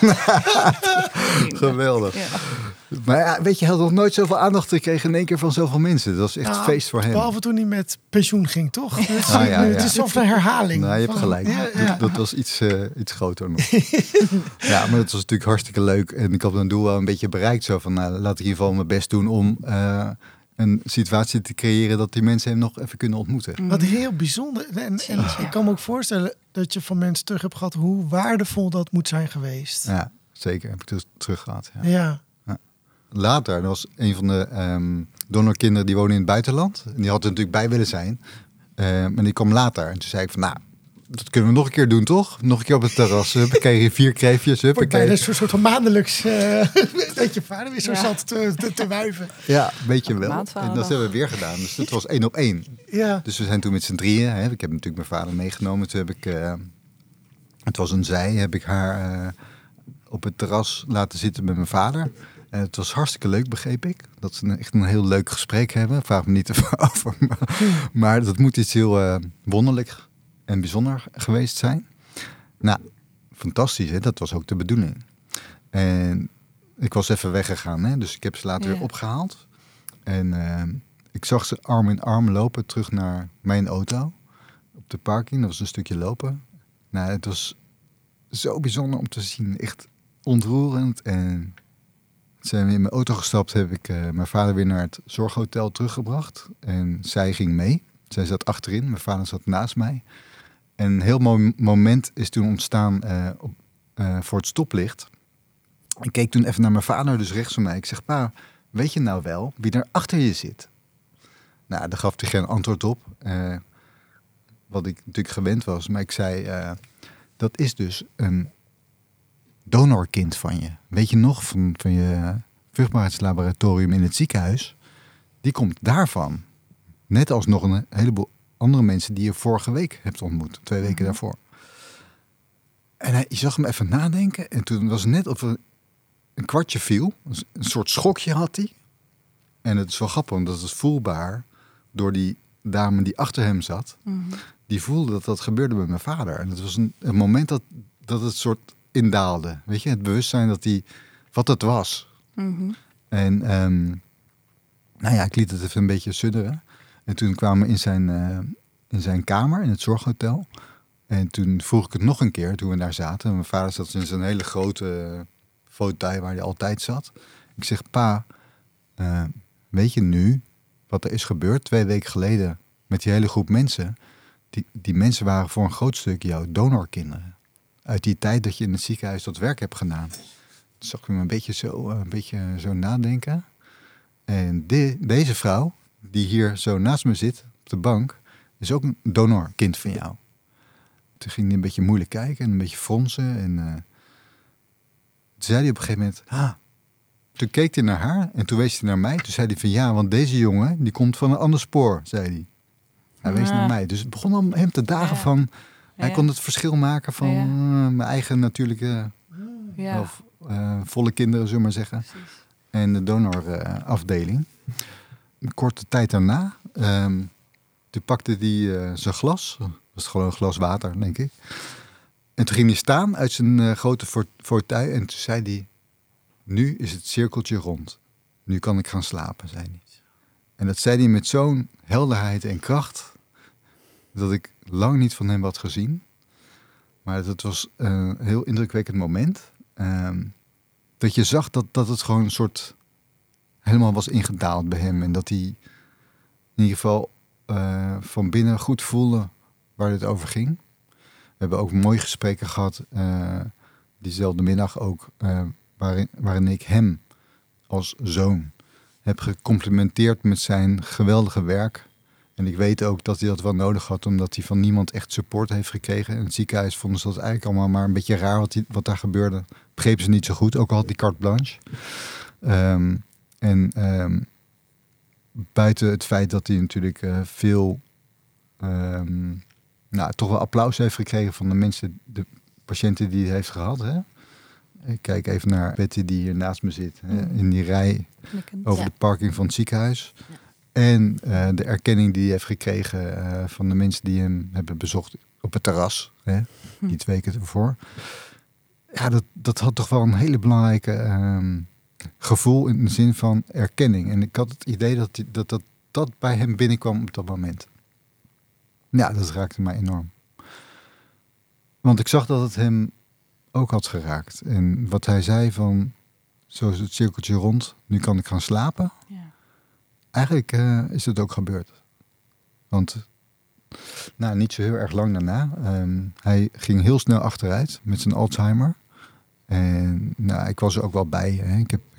Geweldig. Ja. Maar ja, weet je, hij had nog nooit zoveel aandacht gekregen in één keer van zoveel mensen. Dat was echt nou, feest voor hem. Behalve toen hij met pensioen ging, toch? Ah, ja, ja. Het is zo'n herhaling. Nou, je hebt van, gelijk. Ja, ja. Dat, dat was iets, uh, iets groter nog. Ja, maar dat was natuurlijk hartstikke leuk. En ik had mijn doel wel een beetje bereikt. Zo van, nou, laat ik in ieder geval mijn best doen om uh, een situatie te creëren dat die mensen hem nog even kunnen ontmoeten. Wat heel bijzonder. En, en ik kan me ook voorstellen dat je van mensen terug hebt gehad hoe waardevol dat moet zijn geweest. Ja, zeker. Heb ik dus terug gehad. Ja. ja. Ja. later, dat was een van de um, donorkinderen die wonen in het buitenland. En die had er natuurlijk bij willen zijn. Uh, maar die kwam later. En toen zei ik van, nou, dat kunnen we nog een keer doen, toch? Nog een keer op het terras. Huppakee, je vier kreefjes. Wordt bijna een soort van maandelijks... Uh, dat je vader weer zo ja. zat te, te, te wuiven. Ja, een beetje wel. En dat hebben we weer gedaan. Dus het was één op één. Ja. Dus we zijn toen met z'n drieën. Hè. Ik heb natuurlijk mijn vader meegenomen. Toen heb ik... Uh, het was een zij. Heb ik haar uh, op het terras laten zitten met mijn vader. En het was hartstikke leuk, begreep ik. Dat ze een, echt een heel leuk gesprek hebben. Vraag me niet over. Maar, maar dat moet iets heel uh, wonderlijk en bijzonder geweest zijn. Nou, fantastisch, hè? Dat was ook de bedoeling. En ik was even weggegaan, hè? Dus ik heb ze later ja. weer opgehaald. En uh, ik zag ze arm in arm lopen terug naar mijn auto. Op de parking, dat was een stukje lopen. Nou, het was zo bijzonder om te zien. Echt ontroerend. En zijn we in mijn auto gestapt, heb ik uh, mijn vader weer naar het zorghotel teruggebracht. En zij ging mee. Zij zat achterin, mijn vader zat naast mij. En een heel mooi moment is toen ontstaan uh, op, uh, voor het stoplicht. Ik keek toen even naar mijn vader, dus rechts van mij. Ik zeg, pa, weet je nou wel wie er achter je zit? Nou, daar gaf hij geen antwoord op. Uh, wat ik natuurlijk gewend was. Maar ik zei, uh, dat is dus een donorkind van je. Weet je nog, van, van je vruchtbaarheidslaboratorium in het ziekenhuis? Die komt daarvan. Net als nog een heleboel andere mensen die je vorige week hebt ontmoet. Twee weken mm-hmm. daarvoor. En hij, je zag hem even nadenken. En toen was het net of er een kwartje viel. Een soort schokje had hij. En het is wel grappig, want dat is voelbaar door die dame die achter hem zat. Mm-hmm. Die voelde dat dat gebeurde met mijn vader. En het was een, een moment dat, dat het soort indaalde. Weet je, het bewustzijn dat hij wat het was. Mm-hmm. En um, nou ja, ik liet het even een beetje sudderen. En toen kwamen we in zijn, uh, in zijn kamer, in het zorghotel. En toen vroeg ik het nog een keer, toen we daar zaten. Mijn vader zat in zijn hele grote uh, fauteuil waar hij altijd zat. Ik zeg, pa, uh, weet je nu wat er is gebeurd twee weken geleden met die hele groep mensen? Die, die mensen waren voor een groot stuk jouw donorkinderen. Uit die tijd dat je in het ziekenhuis dat werk hebt gedaan. Toen zag ik me een beetje zo, uh, een beetje zo nadenken. En de, deze vrouw, die hier zo naast me zit, op de bank, is ook een donorkind van jou. Toen ging hij een beetje moeilijk kijken en een beetje fronsen. En uh, toen zei hij op een gegeven moment, ah. Toen keek hij naar haar en toen wees hij naar mij. Toen zei hij van ja, want deze jongen, die komt van een ander spoor, zei hij. Hij wees ja. naar mij. Dus het begon om hem te dagen ja. van, hij ja. kon het verschil maken van ja. uh, mijn eigen natuurlijke, ja. of, uh, volle kinderen, zullen we maar zeggen. Precies. En de donorafdeling. Uh, Een korte tijd daarna, um, toen pakte hij uh, zijn glas. Dat was gewoon een glas water, denk ik. En toen ging hij staan uit zijn uh, grote fauteuil. En toen zei hij, nu is het cirkeltje rond. Nu kan ik gaan slapen, zei hij. En dat zei hij met zo'n helderheid en kracht, dat ik lang niet van hem had gezien. Maar dat was een heel indrukwekkend moment. Um, dat je zag dat, dat het gewoon een soort helemaal was ingedaald bij hem. En dat hij in ieder geval uh, van binnen goed voelde waar het over ging. We hebben ook mooie gesprekken gehad. Uh, diezelfde middag ook. Uh, waarin, waarin ik hem als zoon heb gecomplimenteerd met zijn geweldige werk. En ik weet ook dat hij dat wel nodig had, omdat hij van niemand echt support heeft gekregen. In het ziekenhuis vonden ze dat eigenlijk allemaal maar een beetje raar wat, die, wat daar gebeurde. Begrepen ze niet zo goed, ook al had die carte blanche. Um, en um, buiten het feit dat hij natuurlijk uh, veel, um, nou, toch wel applaus heeft gekregen van de mensen, de patiënten die hij heeft gehad. Hè? Ik kijk even naar Betty die hier naast me zit, mm. hè, in die rij Knikkend. over ja. de parking van het ziekenhuis. Ja. En uh, de erkenning die hij heeft gekregen uh, van de mensen die hem hebben bezocht op het terras, hè, hm. die twee weken ervoor. Ja, dat, dat had toch wel een hele belangrijke um, gevoel in de zin van erkenning. En ik had het idee dat die, dat, dat dat bij hem binnenkwam op dat moment. Ja, dat raakte mij enorm. Want ik zag dat het hem ook had geraakt. En wat hij zei van, zo is het cirkeltje rond, nu kan ik gaan slapen. Ja. Eigenlijk uh, is het ook gebeurd. Want, nou, niet zo heel erg lang daarna. Um, hij ging heel snel achteruit met zijn Alzheimer. En nou, ik was er ook wel bij. Hè. Ik heb, ik heb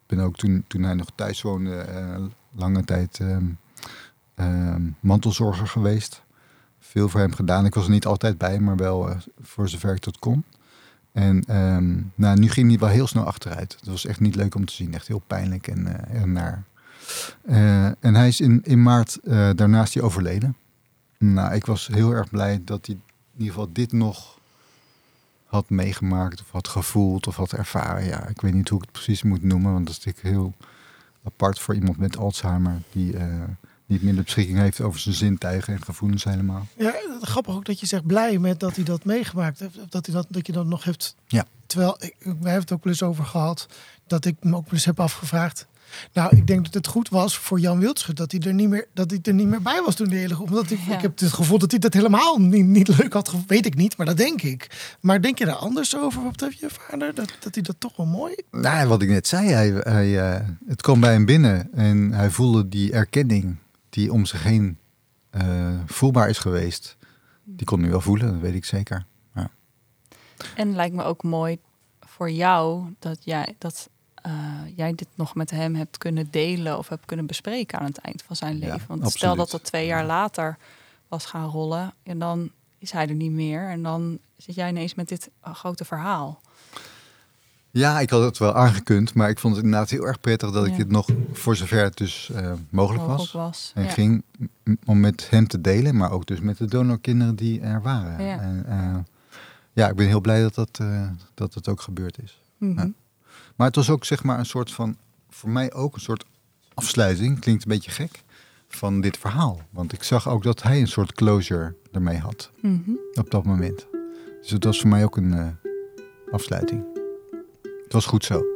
ben ook toen, toen hij nog thuis woonde, uh, lange tijd uh, uh, mantelzorger geweest. Veel voor hem gedaan. Ik was er niet altijd bij, maar wel uh, voor zover ik dat kon. En um, nou, nu ging hij wel heel snel achteruit. Het was echt niet leuk om te zien. Echt heel pijnlijk en, uh, en naar. Uh, en hij is in, in maart uh, daarnaast hij overleden. Nou, ik was heel erg blij dat hij in ieder geval dit nog had meegemaakt of had gevoeld of had ervaren. Ja, ik weet niet hoe ik het precies moet noemen, want dat is natuurlijk heel apart voor iemand met Alzheimer die uh, niet meer de beschikking heeft over zijn zintuigen en gevoelens helemaal. Ja, grappig ook dat je zegt blij met dat hij dat meegemaakt heeft, dat, hij dat, dat je dat nog hebt. Ja. Terwijl, ik, wij hebben het ook wel eens over gehad, dat ik me ook wel eens heb afgevraagd. Nou, ik denk dat het goed was voor Jan Wildschut dat hij er niet meer, dat hij er niet meer bij was toen de hele groep. Omdat ik, ja. ik heb het gevoel dat hij dat helemaal niet, niet leuk had gevoeld. Weet ik niet, maar dat denk ik. Maar denk je daar anders over? Wat betreft je vader? Dat, dat hij dat toch wel mooi... Nou, wat ik net zei, hij, hij, uh, het kwam bij hem binnen en hij voelde die erkenning die om zich heen uh, voelbaar is geweest. Die kon hij wel voelen, dat weet ik zeker. Ja. En het lijkt me ook mooi voor jou dat jij dat uh, jij dit nog met hem hebt kunnen delen of hebt kunnen bespreken aan het eind van zijn leven. Ja, Want absoluut. Stel dat dat twee jaar later was gaan rollen en dan is hij er niet meer en dan zit jij ineens met dit uh, grote verhaal. Ja, ik had het wel aangekund, maar ik vond het inderdaad heel erg prettig dat ik ja. dit nog, voor zover het dus uh, mogelijk, mogelijk was, was. En Ja. ging om met hem te delen, maar ook dus met de donorkinderen die er waren. Ja. En, uh, ja, ik ben heel blij dat dat, uh, dat het ook gebeurd is. Mm-hmm. Ja. Maar het was ook zeg maar een soort van, voor mij ook een soort afsluiting, klinkt een beetje gek, van dit verhaal. Want ik zag ook dat hij een soort closure ermee had Mm-hmm. op dat moment. Dus het was voor mij ook een uh, afsluiting. Het was goed zo.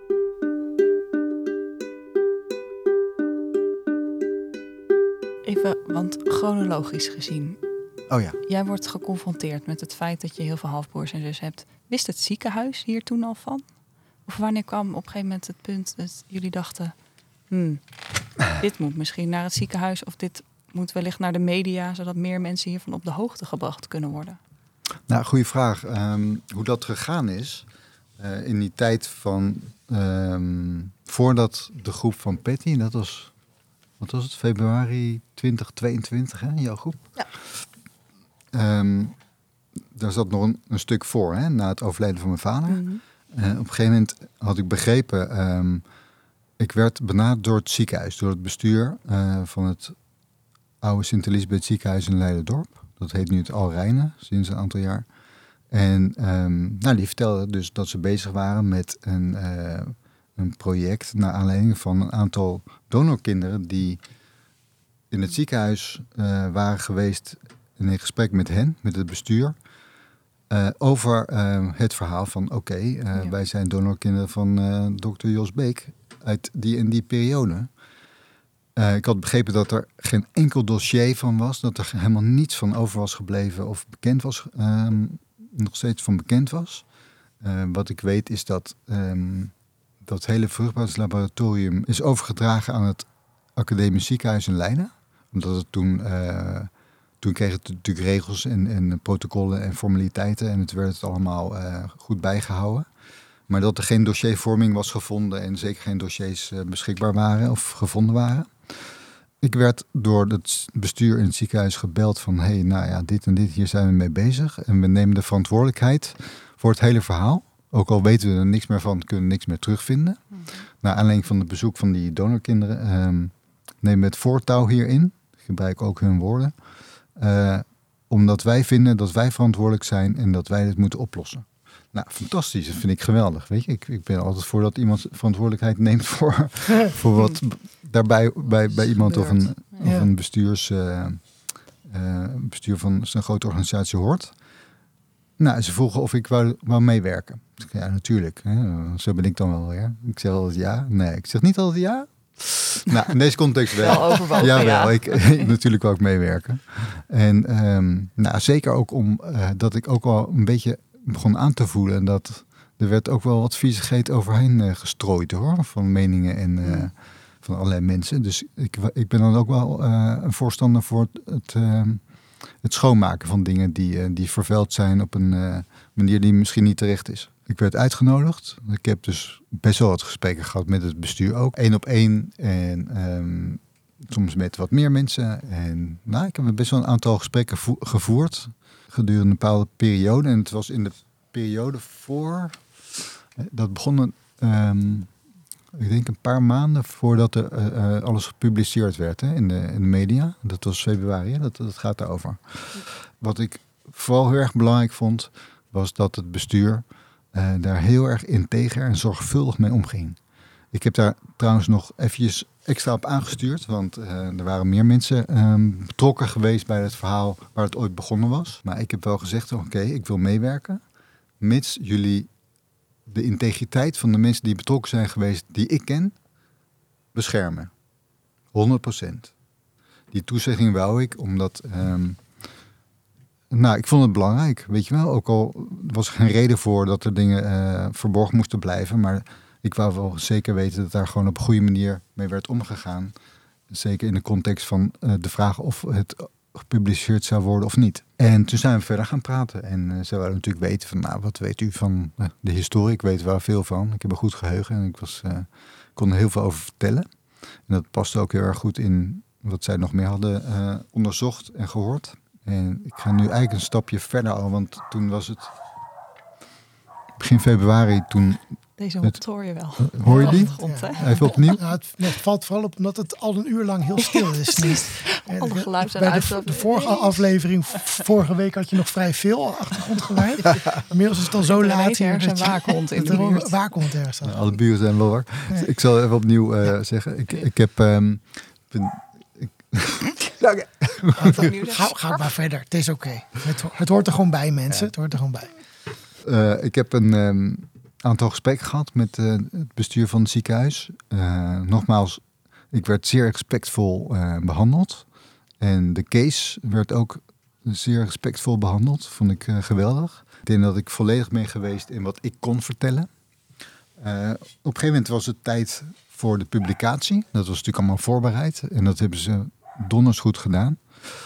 Even, want chronologisch gezien, Oh ja. jij wordt geconfronteerd met het feit dat je heel veel halfbroers en zus hebt. Wist het ziekenhuis hier toen al van? Of wanneer kwam op een gegeven moment het punt dat jullie dachten, hmm, dit moet misschien naar het ziekenhuis of dit moet wellicht naar de media, zodat meer mensen hiervan op de hoogte gebracht kunnen worden? Nou, goede vraag. Um, hoe dat gegaan is, uh, in die tijd van, um, voordat de groep van Patty, dat was, wat was het, februari twintig tweeëntwintig, hè, jouw groep? Ja. Um, daar zat nog een, een stuk voor, hè, na het overlijden van mijn vader. Mm-hmm. Uh, op een gegeven moment had ik begrepen, um, ik werd benaderd door het ziekenhuis, door het bestuur uh, van het oude Sint-Elisabeth ziekenhuis in Leiderdorp. Dat heet nu het Al Rijne, sinds een aantal jaar. En um, nou, die vertelden dus dat ze bezig waren met een, uh, een project naar aanleiding van een aantal donorkinderen die in het ziekenhuis uh, waren geweest in een gesprek met hen, met het bestuur, uh, over uh, het verhaal van oké, okay, uh, ja. wij zijn donorkinderen van uh, dokter Jos Beek uit die en die periode. Uh, ik had begrepen dat er geen enkel dossier van was, dat er helemaal niets van over was gebleven of bekend was, um, nog steeds van bekend was. Uh, wat ik weet is dat um, dat hele vruchtbaarheidslaboratorium is overgedragen aan het Academisch Ziekenhuis in Leiden. Omdat het toen, uh, toen kreeg het natuurlijk regels en, en protocollen en formaliteiten en het werd het allemaal uh, goed bijgehouden. Maar dat er geen dossiervorming was gevonden en zeker geen dossiers uh, beschikbaar waren of gevonden waren. Ik werd door het bestuur in het ziekenhuis gebeld van, hé, hey, nou ja, dit en dit, hier zijn we mee bezig. En we nemen de verantwoordelijkheid voor het hele verhaal. Ook al weten we er niks meer van, kunnen we niks meer terugvinden. Mm-hmm. Naar aanleiding van het bezoek van die donorkinderen um, nemen we het voortouw hierin. Ik gebruik ook hun woorden. Uh, omdat wij vinden dat wij verantwoordelijk zijn en dat wij dit moeten oplossen. Nou, fantastisch. Dat vind ik geweldig. Weet je, ik, ik ben altijd voor dat iemand verantwoordelijkheid neemt voor, voor wat daarbij bij, bij iemand of een, of een bestuurs, uh, uh, bestuur van zo'n grote organisatie hoort. Nou, ze vroegen of ik wou, wou meewerken. Ja, natuurlijk. Hè. Zo ben ik dan wel weer. Ik zeg altijd ja. Nee, ik zeg niet altijd ja. Nou, in deze context wel. Wel overwogen, Jawel, ja. ik, ik natuurlijk wou ik meewerken. En um, nou, zeker ook om uh, dat ik ook wel een beetje begon aan te voelen. En dat er werd ook wel wat viezigheid overheen uh, gestrooid hoor. Van meningen en uh, mm. van allerlei mensen. Dus ik, ik ben dan ook wel uh, een voorstander voor het, het, uh, het schoonmaken van dingen die, uh, die vervuild zijn op een uh, manier die misschien niet terecht is. ik werd uitgenodigd. Ik heb dus best wel wat gesprekken gehad met het bestuur ook. Eén op één en um, soms met wat meer mensen. En nou, ik heb best wel een aantal gesprekken vo- gevoerd gedurende een bepaalde periode. En het was in de periode voor... Dat begon, um, ik denk een paar maanden voordat er uh, uh, alles gepubliceerd werd hè, in, de, in de media. Dat was februari, hè? Dat, dat gaat daarover. Wat ik vooral heel erg belangrijk vond, was dat het bestuur uh, daar heel erg integer en zorgvuldig mee omging. Ik heb daar trouwens nog eventjes extra op aangestuurd, want uh, er waren meer mensen um, betrokken geweest bij het verhaal waar het ooit begonnen was. Maar ik heb wel gezegd, oké, okay, ik wil meewerken, mits jullie de integriteit van de mensen die betrokken zijn geweest, die ik ken, beschermen. honderd procent. Die toezegging wou ik, omdat... Um, nou, ik vond het belangrijk, weet je wel. Ook al was er geen reden voor dat er dingen uh, verborgen moesten blijven. Maar ik wou wel zeker weten dat daar gewoon op een goede manier mee werd omgegaan. Zeker in de context van uh, de vraag of het gepubliceerd zou worden of niet. En toen zijn we verder gaan praten. En uh, ze wilden natuurlijk weten van, nou, wat weet u van uh, de historie? Ik weet er wel veel van. Ik heb een goed geheugen en ik was, uh, kon er heel veel over vertellen. En dat paste ook heel erg goed in wat zij nog meer hadden uh, onderzocht en gehoord. En ik ga nu eigenlijk een stapje verder al, want toen was het begin februari toen... Deze hond hoor je wel. Uh, hoor je die? Grond, ja. Even opnieuw? Ja, het, het valt vooral op omdat het al een uur lang heel stil is. Precies. Alle geluid zijn Bij de, de vorige aflevering, vorige week had je nog vrij veel achtergrondgeluid. Inmiddels is het al zo er laat. Er is een waakhond in de buurt. Waakhond ergens. Ja, alle buren zijn wel wakker. Ja. Ik zal even opnieuw uh, ja. zeggen. Ik, ik heb... Um, ben, ik, okay. Ga, ga maar verder. Het is oké. Okay. Het, het hoort er gewoon bij, mensen. Ja. Het hoort er gewoon bij. Uh, ik heb een um, aantal gesprekken gehad met uh, het bestuur van het ziekenhuis. Uh, nogmaals, ik werd zeer respectvol uh, behandeld. En de case werd ook zeer respectvol behandeld. Vond ik uh, geweldig. Ik denk dat ik volledig ben geweest in wat ik kon vertellen. Uh, op een gegeven moment was het tijd voor de publicatie. Dat was natuurlijk allemaal voorbereid. En dat hebben ze donders goed gedaan.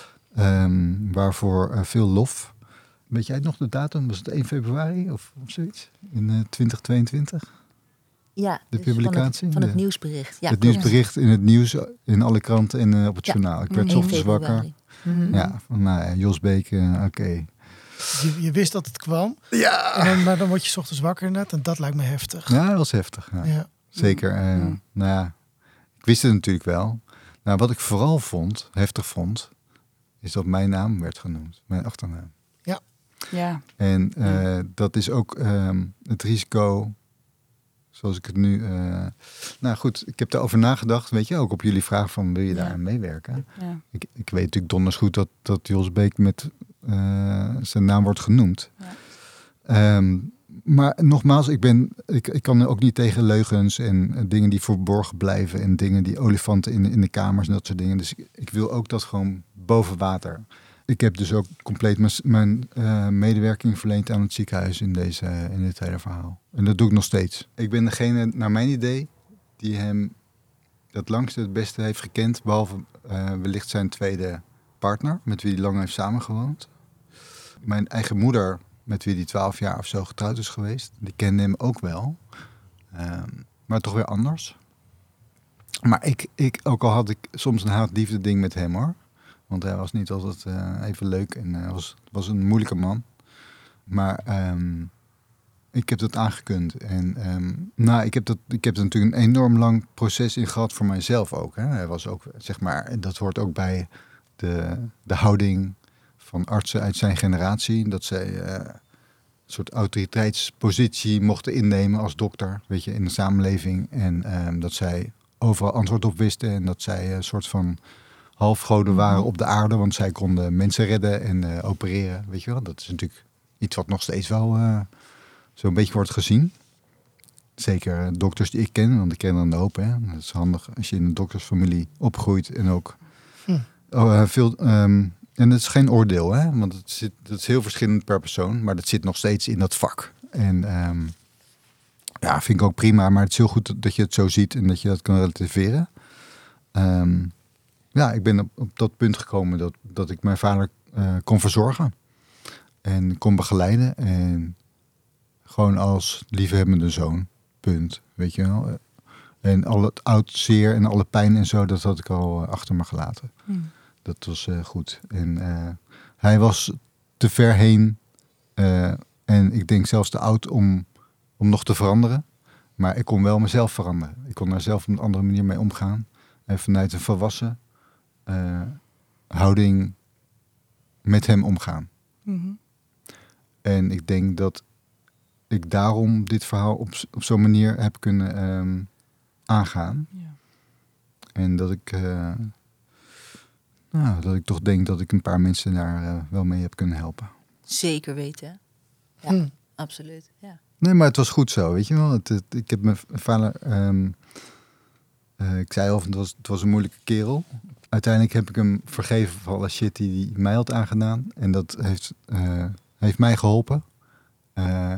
Um, waarvoor uh, veel lof. Weet jij nog de datum? Was het één februari of, of zoiets? In uh, twintig tweeëntwintig? Ja, de dus publicatie? Van het, van het de, nieuwsbericht. Ja, het nieuwsbericht in het nieuws, in alle kranten en uh, op het ja. journaal. Ik werd 's ochtends wakker. Mm-hmm. Ja, van, nou ja, Jos Beek, uh, oké. Okay. Je, je wist dat het kwam. Ja. En dan, maar dan word je 's ochtends wakker inderdaad. En dat lijkt me heftig. Ja, dat was heftig. Ja. Ja. Zeker. Uh, mm. Nou ja, ik wist het natuurlijk wel. Nou, wat ik vooral vond, heftig vond, is dat mijn naam werd genoemd. Mijn achternaam. Ja. Ja. En uh, ja. dat is ook um, het risico, zoals ik het nu... Uh, nou goed, ik heb daarover nagedacht. Weet je, ook op jullie vraag van, wil je ja. daar aan meewerken? Ja. Ik, ik weet natuurlijk donders goed dat, dat Jos Beek met uh, zijn naam wordt genoemd. Ja. Um, maar nogmaals, ik, ben, ik, ik kan ook niet tegen leugens en uh, dingen die verborgen blijven en dingen die olifanten in, in de kamers en dat soort dingen. Dus ik, ik wil ook dat gewoon boven water. Ik heb dus ook compleet mijn, mijn uh, medewerking verleend aan het ziekenhuis in, deze, uh, in dit hele verhaal. En dat doe ik nog steeds. Ik ben degene, naar mijn idee, die hem het langste het beste heeft gekend, behalve uh, wellicht zijn tweede partner, met wie hij lang heeft samengewoond. Mijn eigen moeder, met wie hij twaalf jaar of zo getrouwd is geweest, die kende hem ook wel. Um, maar toch weer anders. Maar ik, ik, ook al had ik soms een haat-liefde ding met hem hoor. Want hij was niet altijd uh, even leuk en hij uh, was, was een moeilijke man. Maar um, ik heb dat aangekund. En um, nou, ik heb, dat, ik heb er natuurlijk een enorm lang proces in gehad voor mijzelf ook. Hè. Hij was ook, zeg maar, dat hoort ook bij de, de houding van artsen uit zijn generatie. Dat zij uh, een soort autoriteitspositie mochten innemen als dokter, weet je, in de samenleving. En um, dat zij overal antwoord op wisten en dat zij een soort van halfgoden waren op de aarde, want zij konden mensen redden en uh, opereren, weet je wel. Dat is natuurlijk iets wat nog steeds wel uh, zo'n beetje wordt gezien. Zeker uh, dokters die ik ken, want ik ken er een hoop. Hè. Dat is handig als je in een doktersfamilie opgroeit en ook hm. oh, uh, veel... Um, en dat is geen oordeel, hè, want het, zit, het is heel verschillend per persoon, maar dat zit nog steeds in dat vak. En um, ja, vind ik ook prima, maar het is heel goed dat je het zo ziet en dat je dat kan relativeren. Um, Ja, ik ben op, op dat punt gekomen dat, dat ik mijn vader uh, kon verzorgen. En kon begeleiden. En gewoon als liefhebbende zoon. Punt. Weet je wel. En al het oud zeer en alle pijn en zo, dat had ik al uh, achter me gelaten. Hmm. Dat was uh, goed. En uh, hij was te ver heen. Uh, en ik denk zelfs te oud om, om nog te veranderen. Maar ik kon wel mezelf veranderen. Ik kon daar zelf op een andere manier mee omgaan. En vanuit een volwassen uh, houding met hem omgaan. Mm-hmm. En ik denk dat ik daarom dit verhaal op, op zo'n manier heb kunnen um, aangaan. Ja. En dat ik, uh, nou, dat ik toch denk dat ik een paar mensen daar uh, wel mee heb kunnen helpen. Zeker weten. Ja, Hmm. absoluut. Ja. Nee, maar het was goed zo, weet je wel. Het, het, ik heb mijn vader... Um, uh, ik zei al, het was, het was een moeilijke kerel. Uiteindelijk heb ik hem vergeven voor alle shit die hij mij had aangedaan. En dat heeft, uh, heeft mij geholpen. Uh,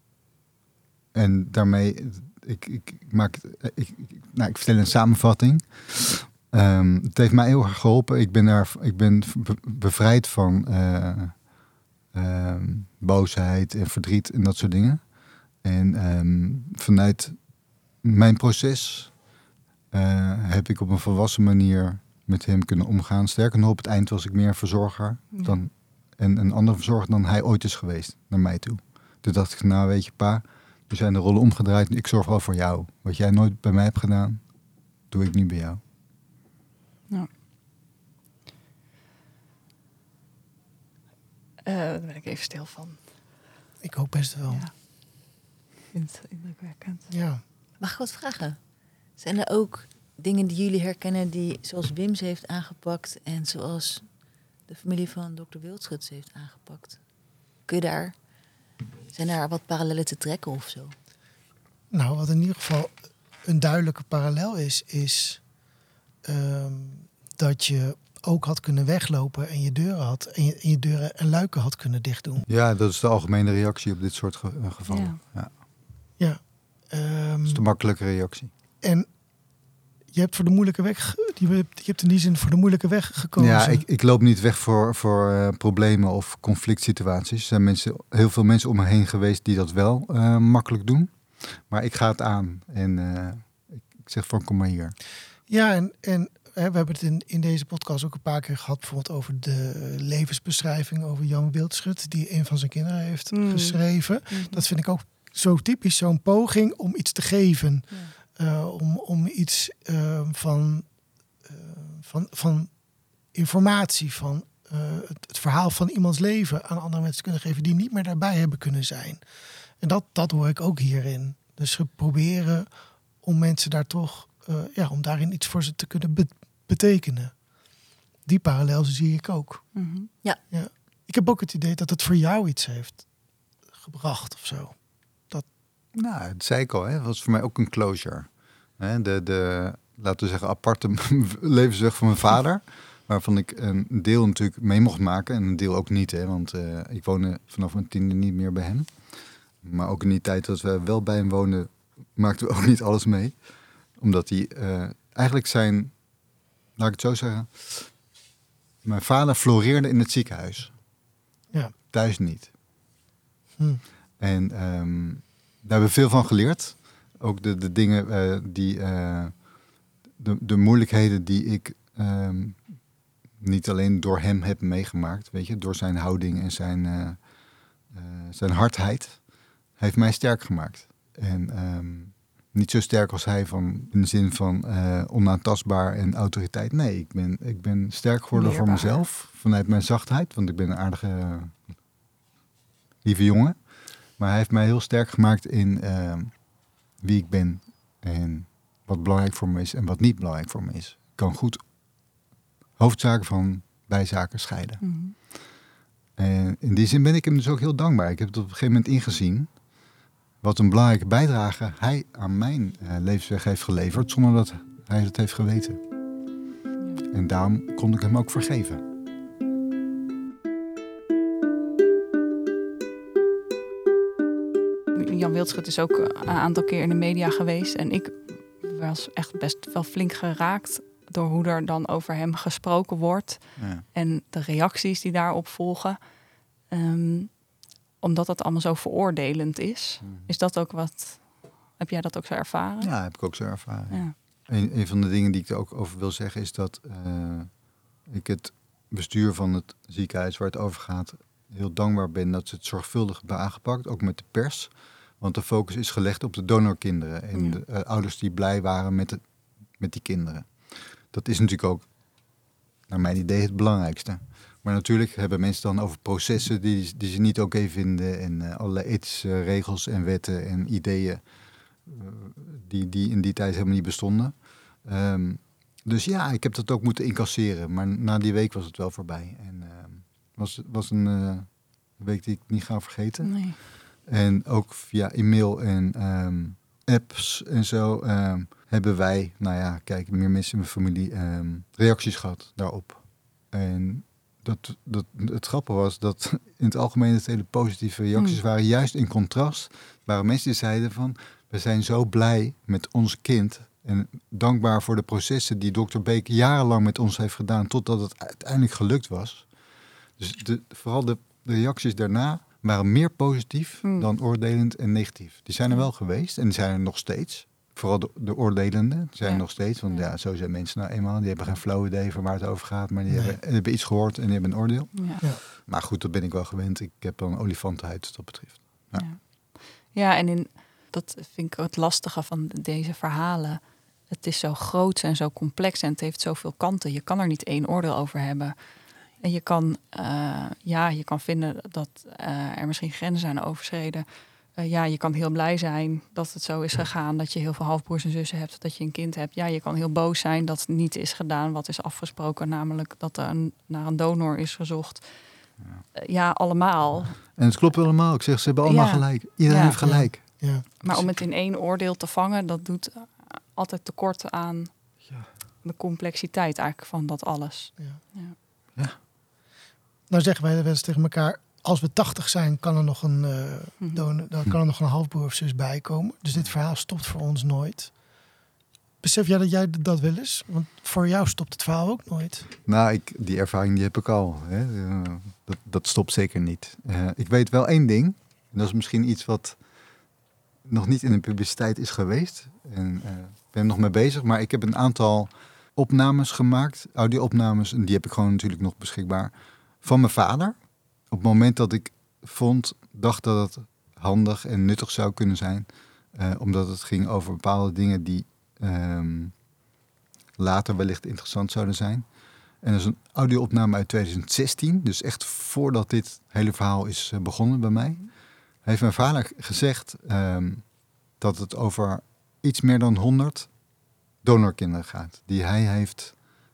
en daarmee... Ik, ik, ik maak... Ik, ik, nou, ik vertel een samenvatting. Um, het heeft mij heel erg geholpen. Ik ben, daar, ik ben bevrijd van... Uh, Um, boosheid en verdriet en dat soort dingen. En um, vanuit mijn proces uh, heb ik op een volwassen manier met hem kunnen omgaan. Sterker nog, op het eind was ik meer verzorger Ja. dan, en een ander verzorger dan hij ooit is geweest naar mij toe. Toen dacht ik, nou weet je pa, we zijn de rollen omgedraaid. Ik zorg wel voor jou. Wat jij nooit bij mij hebt gedaan, doe ik nu bij jou. Ja. Uh, daar ben ik even stil van. Ik ook best wel. Ja. Ik vind het indrukwekkend. Ja. Mag ik wat vragen? Zijn er ook dingen die jullie herkennen die zoals Wim ze heeft aangepakt en zoals de familie van dokter Wildschut ze heeft aangepakt? Kun je daar, zijn daar wat parallellen te trekken of zo? Nou, wat in ieder geval een duidelijke parallel is, is um, dat je ook had kunnen weglopen en je deuren had en je, en je deuren en luiken had kunnen dichtdoen. Ja, dat is de algemene reactie op dit soort ge- uh, gevallen. Ja. Ja. Ja. Um, Dat is de makkelijke reactie. En je hebt voor de moeilijke weg, je hebt, je hebt in die zin voor de moeilijke weg gekozen. Ja, ik, ik loop niet weg voor, voor uh, problemen of conflict situaties. Er zijn mensen, heel veel mensen om me heen geweest die dat wel uh, makkelijk doen. Maar ik ga het aan en uh, ik, ik zeg van kom maar hier. Ja, en, en we hebben het in, in deze podcast ook een paar keer gehad, bijvoorbeeld over de levensbeschrijving over Jan Wildschut, die een van zijn kinderen heeft mm. geschreven. Mm-hmm. Dat vind ik ook zo typisch, zo'n poging om iets te geven. Ja. Uh, om, om iets uh, van, uh, van, van informatie, van uh, het, het verhaal van iemands leven aan andere mensen te kunnen geven die niet meer daarbij hebben kunnen zijn. En dat, dat hoor ik ook hierin. Dus we proberen om mensen daar toch, uh, ja, om daarin iets voor ze te kunnen be- betekenen. Die parallel zie ik ook. Mm-hmm. Ja. Ja. Ik heb ook het idee dat het voor jou iets heeft gebracht of zo. Dat... Nou, dat zei ik al, hè. Dat was voor mij ook een closure. Hè, de, de, laten we zeggen, aparte levensweg van mijn vader. Waarvan ik een deel natuurlijk mee mocht maken en een deel ook niet. Hè, want uh, ik woonde vanaf mijn tiende niet meer bij hem. Maar ook in die tijd dat we wel bij hem woonden, maakten we ook niet alles mee. Omdat hij uh, eigenlijk zijn, laat ik het zo zeggen, mijn vader floreerde in het ziekenhuis. Ja. Thuis niet. Hm. En um, daar hebben we veel van geleerd. Ook de, de dingen uh, die, uh, de, de moeilijkheden die ik um, niet alleen door hem heb meegemaakt, weet je, door zijn houding en zijn, uh, uh, zijn hardheid, heeft mij sterk gemaakt. En um, niet zo sterk als hij van, in de zin van uh, onaantastbaar en autoriteit. Nee, ik ben, ik ben sterk geworden Leerbaar. voor mezelf, vanuit mijn zachtheid, want ik ben een aardige, uh, lieve jongen. Maar hij heeft mij heel sterk gemaakt in uh, wie ik ben en wat belangrijk voor me is en wat niet belangrijk voor me is. Ik kan goed hoofdzaken van bijzaken scheiden. Mm-hmm. En in die zin ben ik hem dus ook heel dankbaar. Ik heb het op een gegeven moment ingezien wat een belangrijke bijdrage hij aan mijn uh, levensweg heeft geleverd, zonder dat hij het heeft geweten. Ja. En daarom kon ik hem ook vergeven. Jan Wildschut is ook een aantal keer in de media geweest. En ik was echt best wel flink geraakt door hoe er dan over hem gesproken wordt. Ja. En de reacties die daarop volgen. Um, omdat het allemaal zo veroordelend is. Hmm. Is dat ook wat... Heb jij dat ook zo ervaren? Ja, heb ik ook zo ervaren. Ja. Een, een van de dingen die ik er ook over wil zeggen is dat uh, ik het bestuur van het ziekenhuis waar het over gaat heel dankbaar ben dat ze het zorgvuldig hebben aangepakt, ook met de pers. Want de focus is gelegd op de donorkinderen en Ja. de uh, ouders die blij waren met, het, met die kinderen. Dat is natuurlijk ook, naar mijn idee, het belangrijkste. Maar natuurlijk hebben mensen dan over processen die, die ze niet oké vinden en uh, allerlei ethische regels en wetten en ideeën uh, die, die in die tijd helemaal niet bestonden. Um, dus ja, ik heb dat ook moeten incasseren. Maar na die week was het wel voorbij. En uh, was was een uh, week die ik niet ga vergeten. Nee. En ook via e-mail en um, apps en zo um, hebben wij, nou ja, kijk, meer mensen in mijn familie um, reacties gehad daarop. En dat, dat, het grappige was dat in het algemeen het hele positieve reacties mm. waren. Juist in contrast waren mensen die zeiden van, we zijn zo blij met ons kind en dankbaar voor de processen die dokter Beek jarenlang met ons heeft gedaan, totdat het uiteindelijk gelukt was. Dus de, vooral de, de reacties daarna waren meer positief mm. dan oordelend en negatief. Die zijn er wel geweest en die zijn er nog steeds. Vooral de, de oordelende zijn er ja. nog steeds. Want ja. ja, zo zijn mensen nou eenmaal. Die hebben geen flauw idee van waar het over gaat. Maar die nee. hebben, hebben iets gehoord en die hebben een oordeel. Ja. Ja. Maar goed, dat ben ik wel gewend. Ik heb dan een olifantenhuid wat dat betreft. Ja, ja. ja en in, dat vind ik het lastige van deze verhalen. Het is zo groot en zo complex en het heeft zoveel kanten. Je kan er niet één oordeel over hebben. En je kan, uh, ja, je kan vinden dat uh, er misschien grenzen zijn overschreden. Uh, ja, je kan heel blij zijn dat het zo is gegaan. Dat je heel veel halfbroers en zussen hebt. Dat je een kind hebt. Ja, je kan heel boos zijn dat het niet is gedaan wat is afgesproken. Namelijk dat er een, naar een donor is gezocht. Ja, uh, ja allemaal. En het klopt allemaal. Ik zeg, ze hebben allemaal ja. gelijk. Iedereen ja. heeft gelijk. Ja. Ja. Maar om het in één oordeel te vangen, dat doet altijd tekort aan ja. de complexiteit eigenlijk van dat alles. Ja. Ja. Ja. Nou zeggen wij wel eens tegen elkaar, als we tachtig zijn, kan er nog een, uh, mm-hmm. donor, dan kan er nog een halfbroer of zus bij komen. Dus dit verhaal stopt voor ons nooit. Besef jij dat jij dat wel eens? Want voor jou stopt het verhaal ook nooit. Nou, ik, die ervaring die heb ik al. Hè. Uh, dat, dat stopt zeker niet. Uh, ik weet wel één ding. En dat is misschien iets wat nog niet in de publiciteit is geweest. En ik uh, ben er nog mee bezig. Maar ik heb een aantal opnames gemaakt. Audio-opnames. En die heb ik gewoon natuurlijk nog beschikbaar. Van mijn vader. Op het moment dat ik vond, dacht dat het handig en nuttig zou kunnen zijn. Uh, omdat het ging over bepaalde dingen die um, later wellicht interessant zouden zijn. En dat is een audio-opname uit twintig zestien. Dus echt voordat dit hele verhaal is uh, begonnen bij mij. Heeft mijn vader gezegd um, dat het over iets meer dan honderd donorkinderen gaat. Die hij heeft...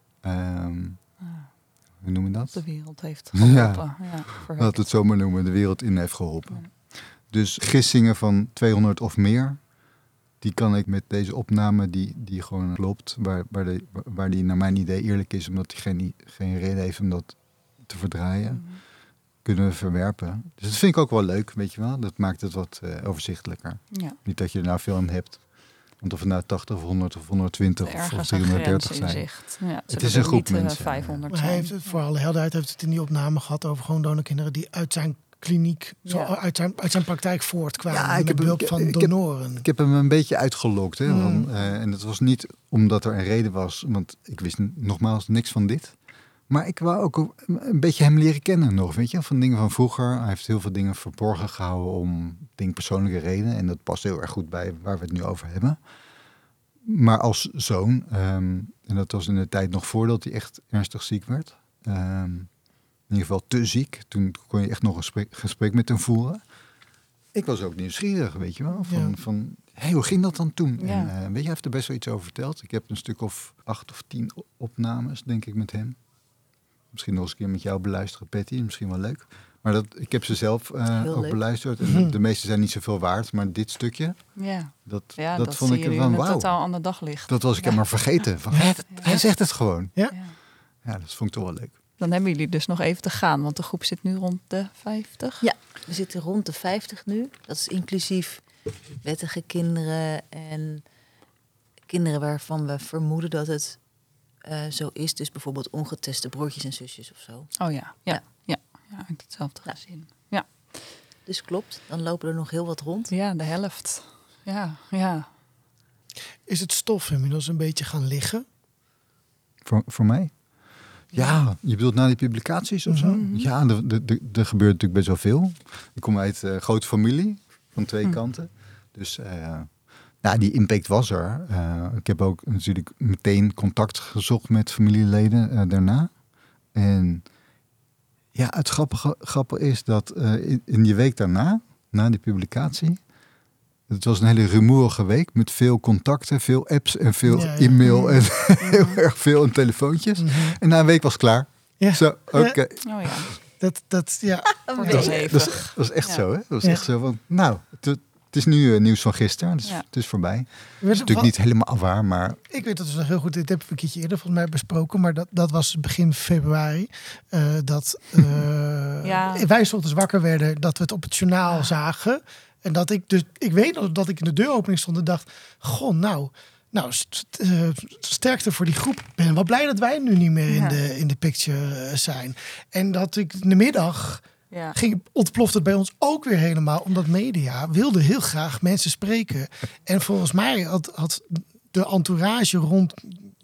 Um, ah. Hoe noem je dat? De wereld heeft geholpen. Ja, ja, laten we het zo maar noemen. De wereld in heeft geholpen. Ja. Dus gissingen van tweehonderd of meer, die kan ik met deze opname, die, die gewoon klopt, waar, waar, de, waar die naar mijn idee eerlijk is, omdat hij geen, geen reden heeft om dat te verdraaien, mm-hmm. kunnen we verwerpen. Dus dat vind ik ook wel leuk, weet je wel. Dat maakt het wat uh, overzichtelijker. Ja. Niet dat je er nou veel aan hebt. Want of het nou tachtig of honderd of honderdtwintig of, of driehonderddertig zijn. Ja, het is een groep niet, mensen. Uh, vijfhonderd maar hij heeft het, voor alle helderheid heeft het in die opname gehad over gewoon donorkinderen die uit zijn kliniek, zo, ja. uit, zijn, uit zijn praktijk voortkwamen. Ja, ik met heb hulp van ik donoren. Heb, ik heb hem een beetje uitgelokt. Hè, mm. van, uh, en dat was niet omdat er een reden was, want ik wist nogmaals niks van dit. Maar ik wou ook een beetje hem leren kennen nog, weet je, van dingen van vroeger. Hij heeft heel veel dingen verborgen gehouden om denk, persoonlijke redenen. En dat past heel erg goed bij waar we het nu over hebben. Maar als zoon, um, en dat was in de tijd nog voordat hij echt ernstig ziek werd. Um, in ieder geval te ziek. Toen kon je echt nog een gesprek, gesprek met hem voeren. Ik was ook nieuwsgierig, weet je wel. Van, ja. van hey, hoe ging dat dan toen? Ja. En, uh, weet je, hij heeft er best wel iets over verteld. Ik heb een stuk of acht of tien opnames, denk ik, met hem. Misschien nog eens een keer met jou beluisteren, Patty. Misschien wel leuk. Maar dat, ik heb ze zelf uh, ook leuk. beluisterd. En de, de meeste zijn niet zoveel waard. Maar dit stukje, ja. dat, ja, dat, dat vond ik van wauw. totaal aan de daglicht. Dat was ik ja. helemaal vergeten. Van, hij, ja. hij zegt het gewoon. Ja. ja, dat vond ik toch wel leuk. Dan hebben jullie dus nog even te gaan. Want de groep zit nu rond de vijftig. Ja, we zitten rond de vijftig nu. Dat is inclusief wettige kinderen. En kinderen waarvan we vermoeden dat het uh, zo is. Dus bijvoorbeeld ongeteste broertjes en zusjes of zo. Oh ja, ja. ja. Ja, uit hetzelfde ja. gezin. Ja. Dus klopt, dan lopen er nog heel wat rond. Ja, de helft. Ja, ja. Is het stof inmiddels een beetje gaan liggen? Voor, voor mij? Ja, je bedoelt na die publicaties of zo? Mm-hmm. Ja, er, er, er, er gebeurt natuurlijk best wel veel. Ik kom uit een uh, grote familie, van twee Hm. kanten. Dus uh, nou, die impact was er. Uh, ik heb ook natuurlijk meteen contact gezocht met familieleden uh, daarna. En ja, het grappige, grappige is dat uh, in, in die week daarna, na die publicatie... Het was een hele rumoerige week met veel contacten, veel apps en veel Ja, ja. e-mail en heel erg veel en telefoontjes. Mm-hmm. En na een week was het klaar. Ja. Zo, oké. Okay. Oh ja. Dat, dat, ja. Wordt Dat, wel was- hevig. dat was- dat was echt Ja. zo, hè? Dat was Ja. echt zo van, nou, het, het is nu uh, nieuws van gisteren. Dus Ja. het is voorbij. Het Weet is je natuurlijk wat- niet helemaal waar, maar Ik weet dat we nog heel goed, dit hebben we een keertje eerder volgens mij besproken, maar dat, dat was begin februari. Uh, dat uh, Ja. wij 's ochtends wakker werden, dat we het op het journaal zagen. En dat ik dus, ik weet nog dat ik in de deuropening stond en dacht, goh, nou, nou st- uh, sterkte voor die groep. Ik ben wel blij dat wij nu niet meer in, Ja. de, in de picture uh, zijn. En dat ik in de middag Ja. ging, ontplofte het bij ons ook weer helemaal. Omdat media wilde heel graag mensen spreken. En volgens mij had, had de entourage rond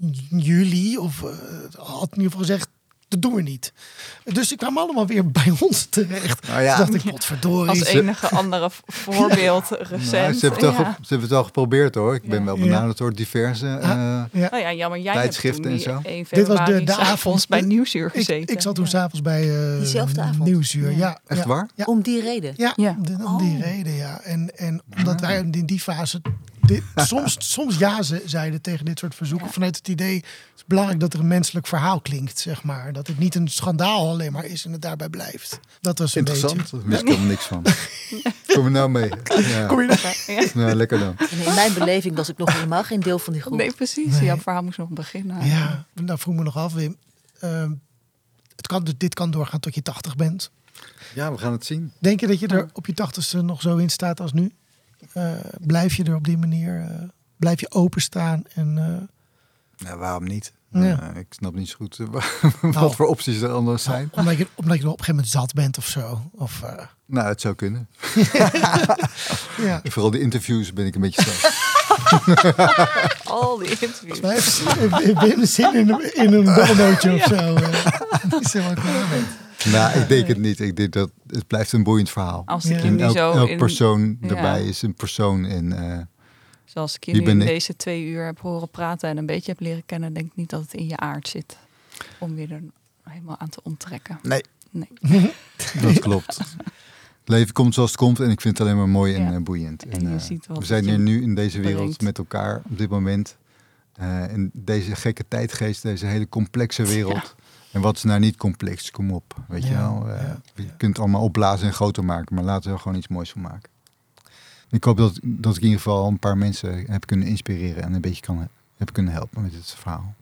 jullie, of uh, had in ieder geval gezegd, dat doen we niet. Dus die kwamen allemaal weer bij ons terecht. Nou ja. Dus dacht ik, potverdorie. Als enige andere v- voorbeeld recent. nou, ze, hebben het wel ja. ge- ze hebben het wel geprobeerd hoor. Ik ben Ja. wel Ja. benaderd door diverse... uh, Ja. Ja. Nou ja, jammer. Jij Tijdschriften hebt toen en die zo. één Dit was de- februari de s'avonds avond. bij Nieuwsuur Ik, gezeten. ik zat toen Ja. s'avonds bij uh, Diezelfde avond? Nieuwsuur. Ja. Ja. Echt ja. waar? Ja. Om die reden. Ja, Ja. de- om die Oh. reden, ja. En, en omdat wij in die fase dit, soms, soms ja ze zeiden tegen dit soort verzoeken. Ja. Vanuit het idee, het is belangrijk dat er een menselijk verhaal klinkt, zeg maar. Dat het niet een schandaal alleen maar is en het daarbij blijft. Dat was een Interessant, beetje... daar wist ik helemaal niks van. Kom er nou mee? Ja. Kom je daar? Ja. Nou, lekker dan. En in mijn beleving was ik nog helemaal geen deel van die groep. Nee, precies. Nee. Jouw verhaal moest nog beginnen. Ja, nou vroeg me nog af, Wim. Uh, het kan, dit kan doorgaan tot je tachtig bent. Ja, we gaan het zien. Denk je dat je er op je tachtigste nog zo in staat als nu? Uh, blijf je er op die manier... Uh, blijf je openstaan en... Uh, Nou, waarom niet? Ja. Uh, ik snap niet zo goed uh, wat Nou. voor opties er anders zijn. Nou, omdat, je, omdat je er op een gegeven moment zat bent of zo. Of, uh, Nou, het zou kunnen. ja. Vooral de interviews ben ik een beetje zat. Al die interviews. Wij hebben zin in, een- in een belnootje of zo. Uh, is er wel klaar mee. Nou, ik denk het niet. Ik denk dat het blijft een boeiend verhaal. Als ik Ja. je En nu elk, zo elk in, persoon ja. erbij is een persoon. En uh, zoals ik je Die nu ben in ik. deze twee uur heb horen praten en een beetje heb leren kennen, denk ik niet dat het in je aard zit om je er helemaal aan te onttrekken. nee, Nee. dat klopt. Het leven komt zoals het komt en ik vind het alleen maar mooi en Ja. uh, boeiend. En je uh, ziet wat we zijn het hier je nu in deze wereld brengt. met elkaar op dit moment. Uh, in deze gekke tijdgeest, deze hele complexe wereld. Ja. En wat is nou niet complex? Kom op, weet je Ja, wel. Uh, ja, je ja. kunt het allemaal opblazen en groter maken, maar laten we er gewoon iets moois van maken. Ik hoop dat, dat ik in ieder geval een paar mensen heb kunnen inspireren en een beetje kan, heb kunnen helpen met dit verhaal.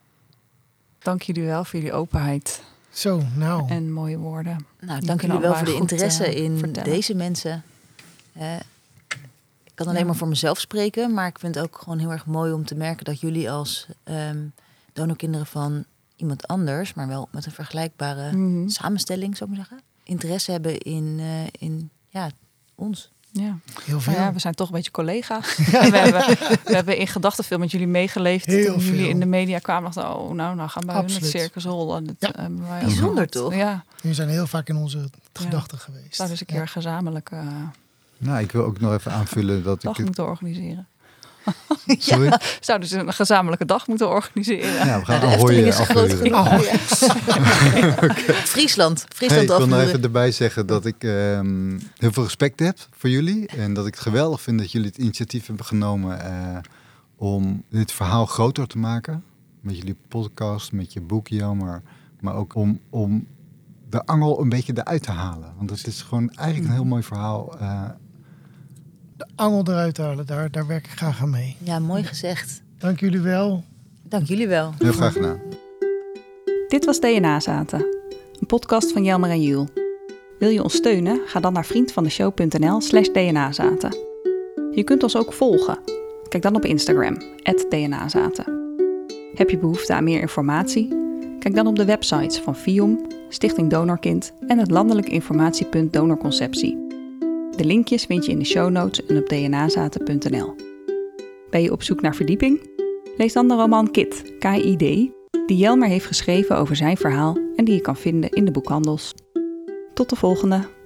Dank jullie wel voor jullie openheid Zo, nou. en mooie woorden. Nou, Die dank kunnen jullie wel voor de allebei goed, interesse eh, in vertellen. deze mensen. Eh, ik kan alleen Ja. maar voor mezelf spreken, maar ik vind het ook gewoon heel erg mooi om te merken dat jullie als ehm donorkinderen van iemand anders, maar wel met een vergelijkbare Mhm. samenstelling, zou ik maar zeggen, interesse hebben in, eh, in ja, ons. Ja. Heel veel. Nou ja, we zijn toch een beetje collega's. we, hebben, we hebben in gedachten veel met jullie meegeleefd. Heel Toen jullie veel. in de media kwamen, dachten oh, nou, nou gaan bij hun het Absoluut. circus rollen. Dat, Ja. hebben wij ook Bijzonder, gehad. toch? Ja, Jullie zijn heel vaak in onze gedachten geweest. zouden eens een keer een gezamenlijke uh, Nou, ik wil ook nog even aanvullen dat dag ik... Het, moeten organiseren. sorry? Zouden ze een gezamenlijke dag moeten organiseren? Ja, we gaan Nou, de Efteling Ahoy is groot afhuren. genoeg. Oh. Ja. Friesland. Hey, Friesland ik wil nog afhuren. even erbij zeggen dat ik ehm, heel veel respect heb voor jullie. En dat ik het geweldig vind dat jullie het initiatief hebben genomen eh, om dit verhaal groter te maken. Met jullie podcast, met je boek, Jelmer. Maar ook om, om de angel een beetje eruit te halen. Want het is gewoon eigenlijk een heel mooi verhaal. Uh, De angel eruit halen, daar, daar werk ik graag aan mee. Ja, mooi gezegd. Dank jullie wel. Dank jullie wel. heel graag gedaan. Dit was D N A-zaten, een podcast van Jelmer en Jules. Wil je ons steunen? Ga dan naar vriendvandeshow.nl slash dnazaten. Je kunt ons ook volgen. Kijk dan op Instagram, at dnazaten. Heb je behoefte aan meer informatie? Kijk dan op de websites van F I O M, Stichting Donorkind en het landelijk informatiepunt Donorconceptie. De linkjes vind je in de show notes en op d n a zaten punt n l. Ben je op zoek naar verdieping? Lees dan de roman Kit, K I D, die Jelmer heeft geschreven over zijn verhaal en die je kan vinden in de boekhandels. Tot de volgende!